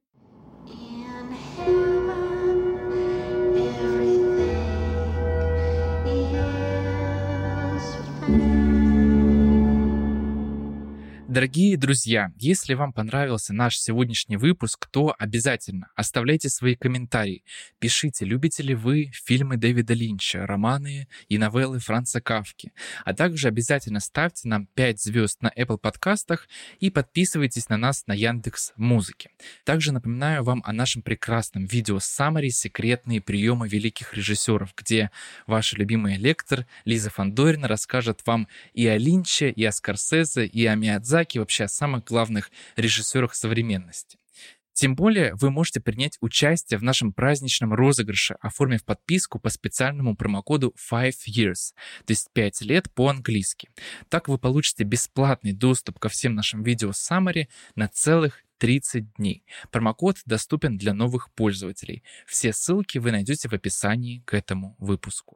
Дорогие друзья, если вам понравился наш сегодняшний выпуск, то обязательно оставляйте свои комментарии. Пишите, любите ли вы фильмы Дэвида Линча, романы и новеллы Франца Кафки. А также обязательно ставьте нам пять звезд на Apple подкастах и подписывайтесь на нас на Яндекс.Музыке. Также напоминаю вам о нашем прекрасном видео «Саммари. Секретные приемы великих режиссеров», где ваша любимая лектор Лиза Фандорина расскажет вам и о Линче, и о Скорсезе, и о Миядзаки, и вообще о самых главных режиссерах современности. Тем более вы можете принять участие в нашем праздничном розыгрыше, оформив подписку по специальному промокоду five years, то есть пять лет по-английски. Так вы получите бесплатный доступ ко всем нашим видео Summary на целых тридцать дней. Промокод доступен для новых пользователей. Все ссылки вы найдете в описании к этому выпуску.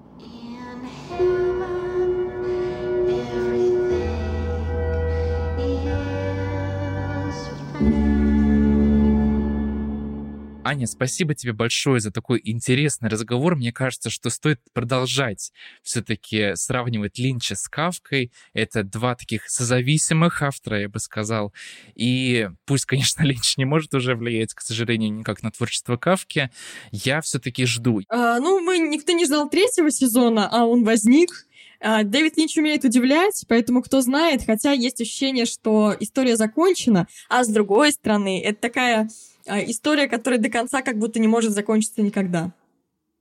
Аня, спасибо тебе большое за такой интересный разговор. Мне кажется, что стоит продолжать все-таки сравнивать Линча с Кафкой. Это два таких созависимых автора, я бы сказал. И пусть, конечно, Линч не может уже влиять, к сожалению, никак на творчество Кафки, я все-таки жду. А, ну, мы никто не ждал третьего сезона, а он возник. Дэвид Линч умеет удивлять, поэтому кто знает, хотя есть ощущение, что история закончена, а с другой стороны, это такая история, которая до конца как будто не может закончиться никогда.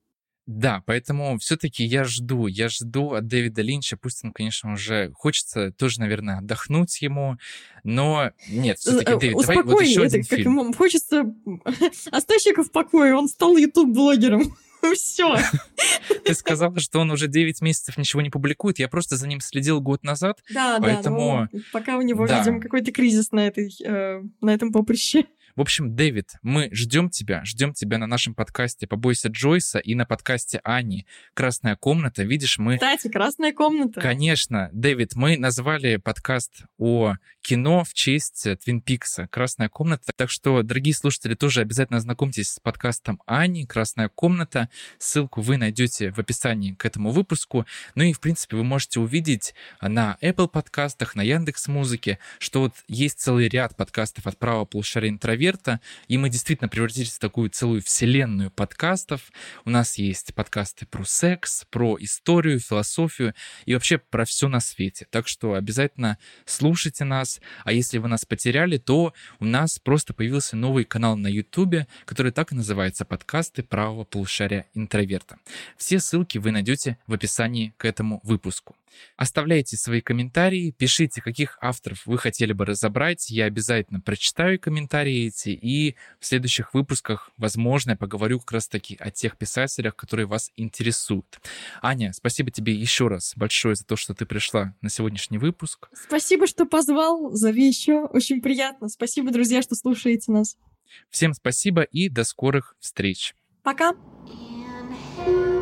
Да, поэтому все-таки я жду, я жду от Дэвида Линча, пусть он, конечно, уже хочется тоже, наверное, отдохнуть ему, но нет, все-таки, Дэвид, давай вот еще это, один как фильм. Ему хочется... Оставь человека в покое, он стал ютуб-блогером. Все. Ты сказала, что он уже девять месяцев ничего не публикует, я просто за ним следил год назад, Да, поэтому... да, ну, пока у него, да. видимо, какой-то кризис на, этой, э, на этом поприще. В общем, Дэвид, мы ждем тебя, ждем тебя на нашем подкасте «Побойся Джойса» и на подкасте Ани «Красная комната». Видишь, мы... Кстати, «Красная комната». Конечно, Дэвид, мы назвали подкаст о кино в честь Твин Пикса «Красная комната». Так что, дорогие слушатели, тоже обязательно ознакомьтесь с подкастом Ани «Красная комната». Ссылку вы найдете в описании к этому выпуску. Ну и, в принципе, вы можете увидеть на Apple подкастах, на Яндекс.Музыке, что вот есть целый ряд подкастов от правого полушария интроверта, и мы действительно превратились в такую целую вселенную подкастов. У нас есть подкасты про секс, про историю, философию и вообще про все на свете. Так что обязательно слушайте нас. А если вы нас потеряли, то у нас просто появился новый канал на Ютубе, который так и называется «Подкасты правого полушария интроверта». Все ссылки вы найдете в описании к этому выпуску. Оставляйте свои комментарии, пишите, каких авторов вы хотели бы разобрать. Я обязательно прочитаю комментарии эти, и в следующих выпусках, возможно, я поговорю как раз-таки о тех писателях, которые вас интересуют. Аня, спасибо тебе еще раз большое за то, что ты пришла на сегодняшний выпуск. Спасибо, что позвал. Зови еще. Очень приятно. Спасибо, друзья, что слушаете нас. Всем спасибо и до скорых встреч. Пока. And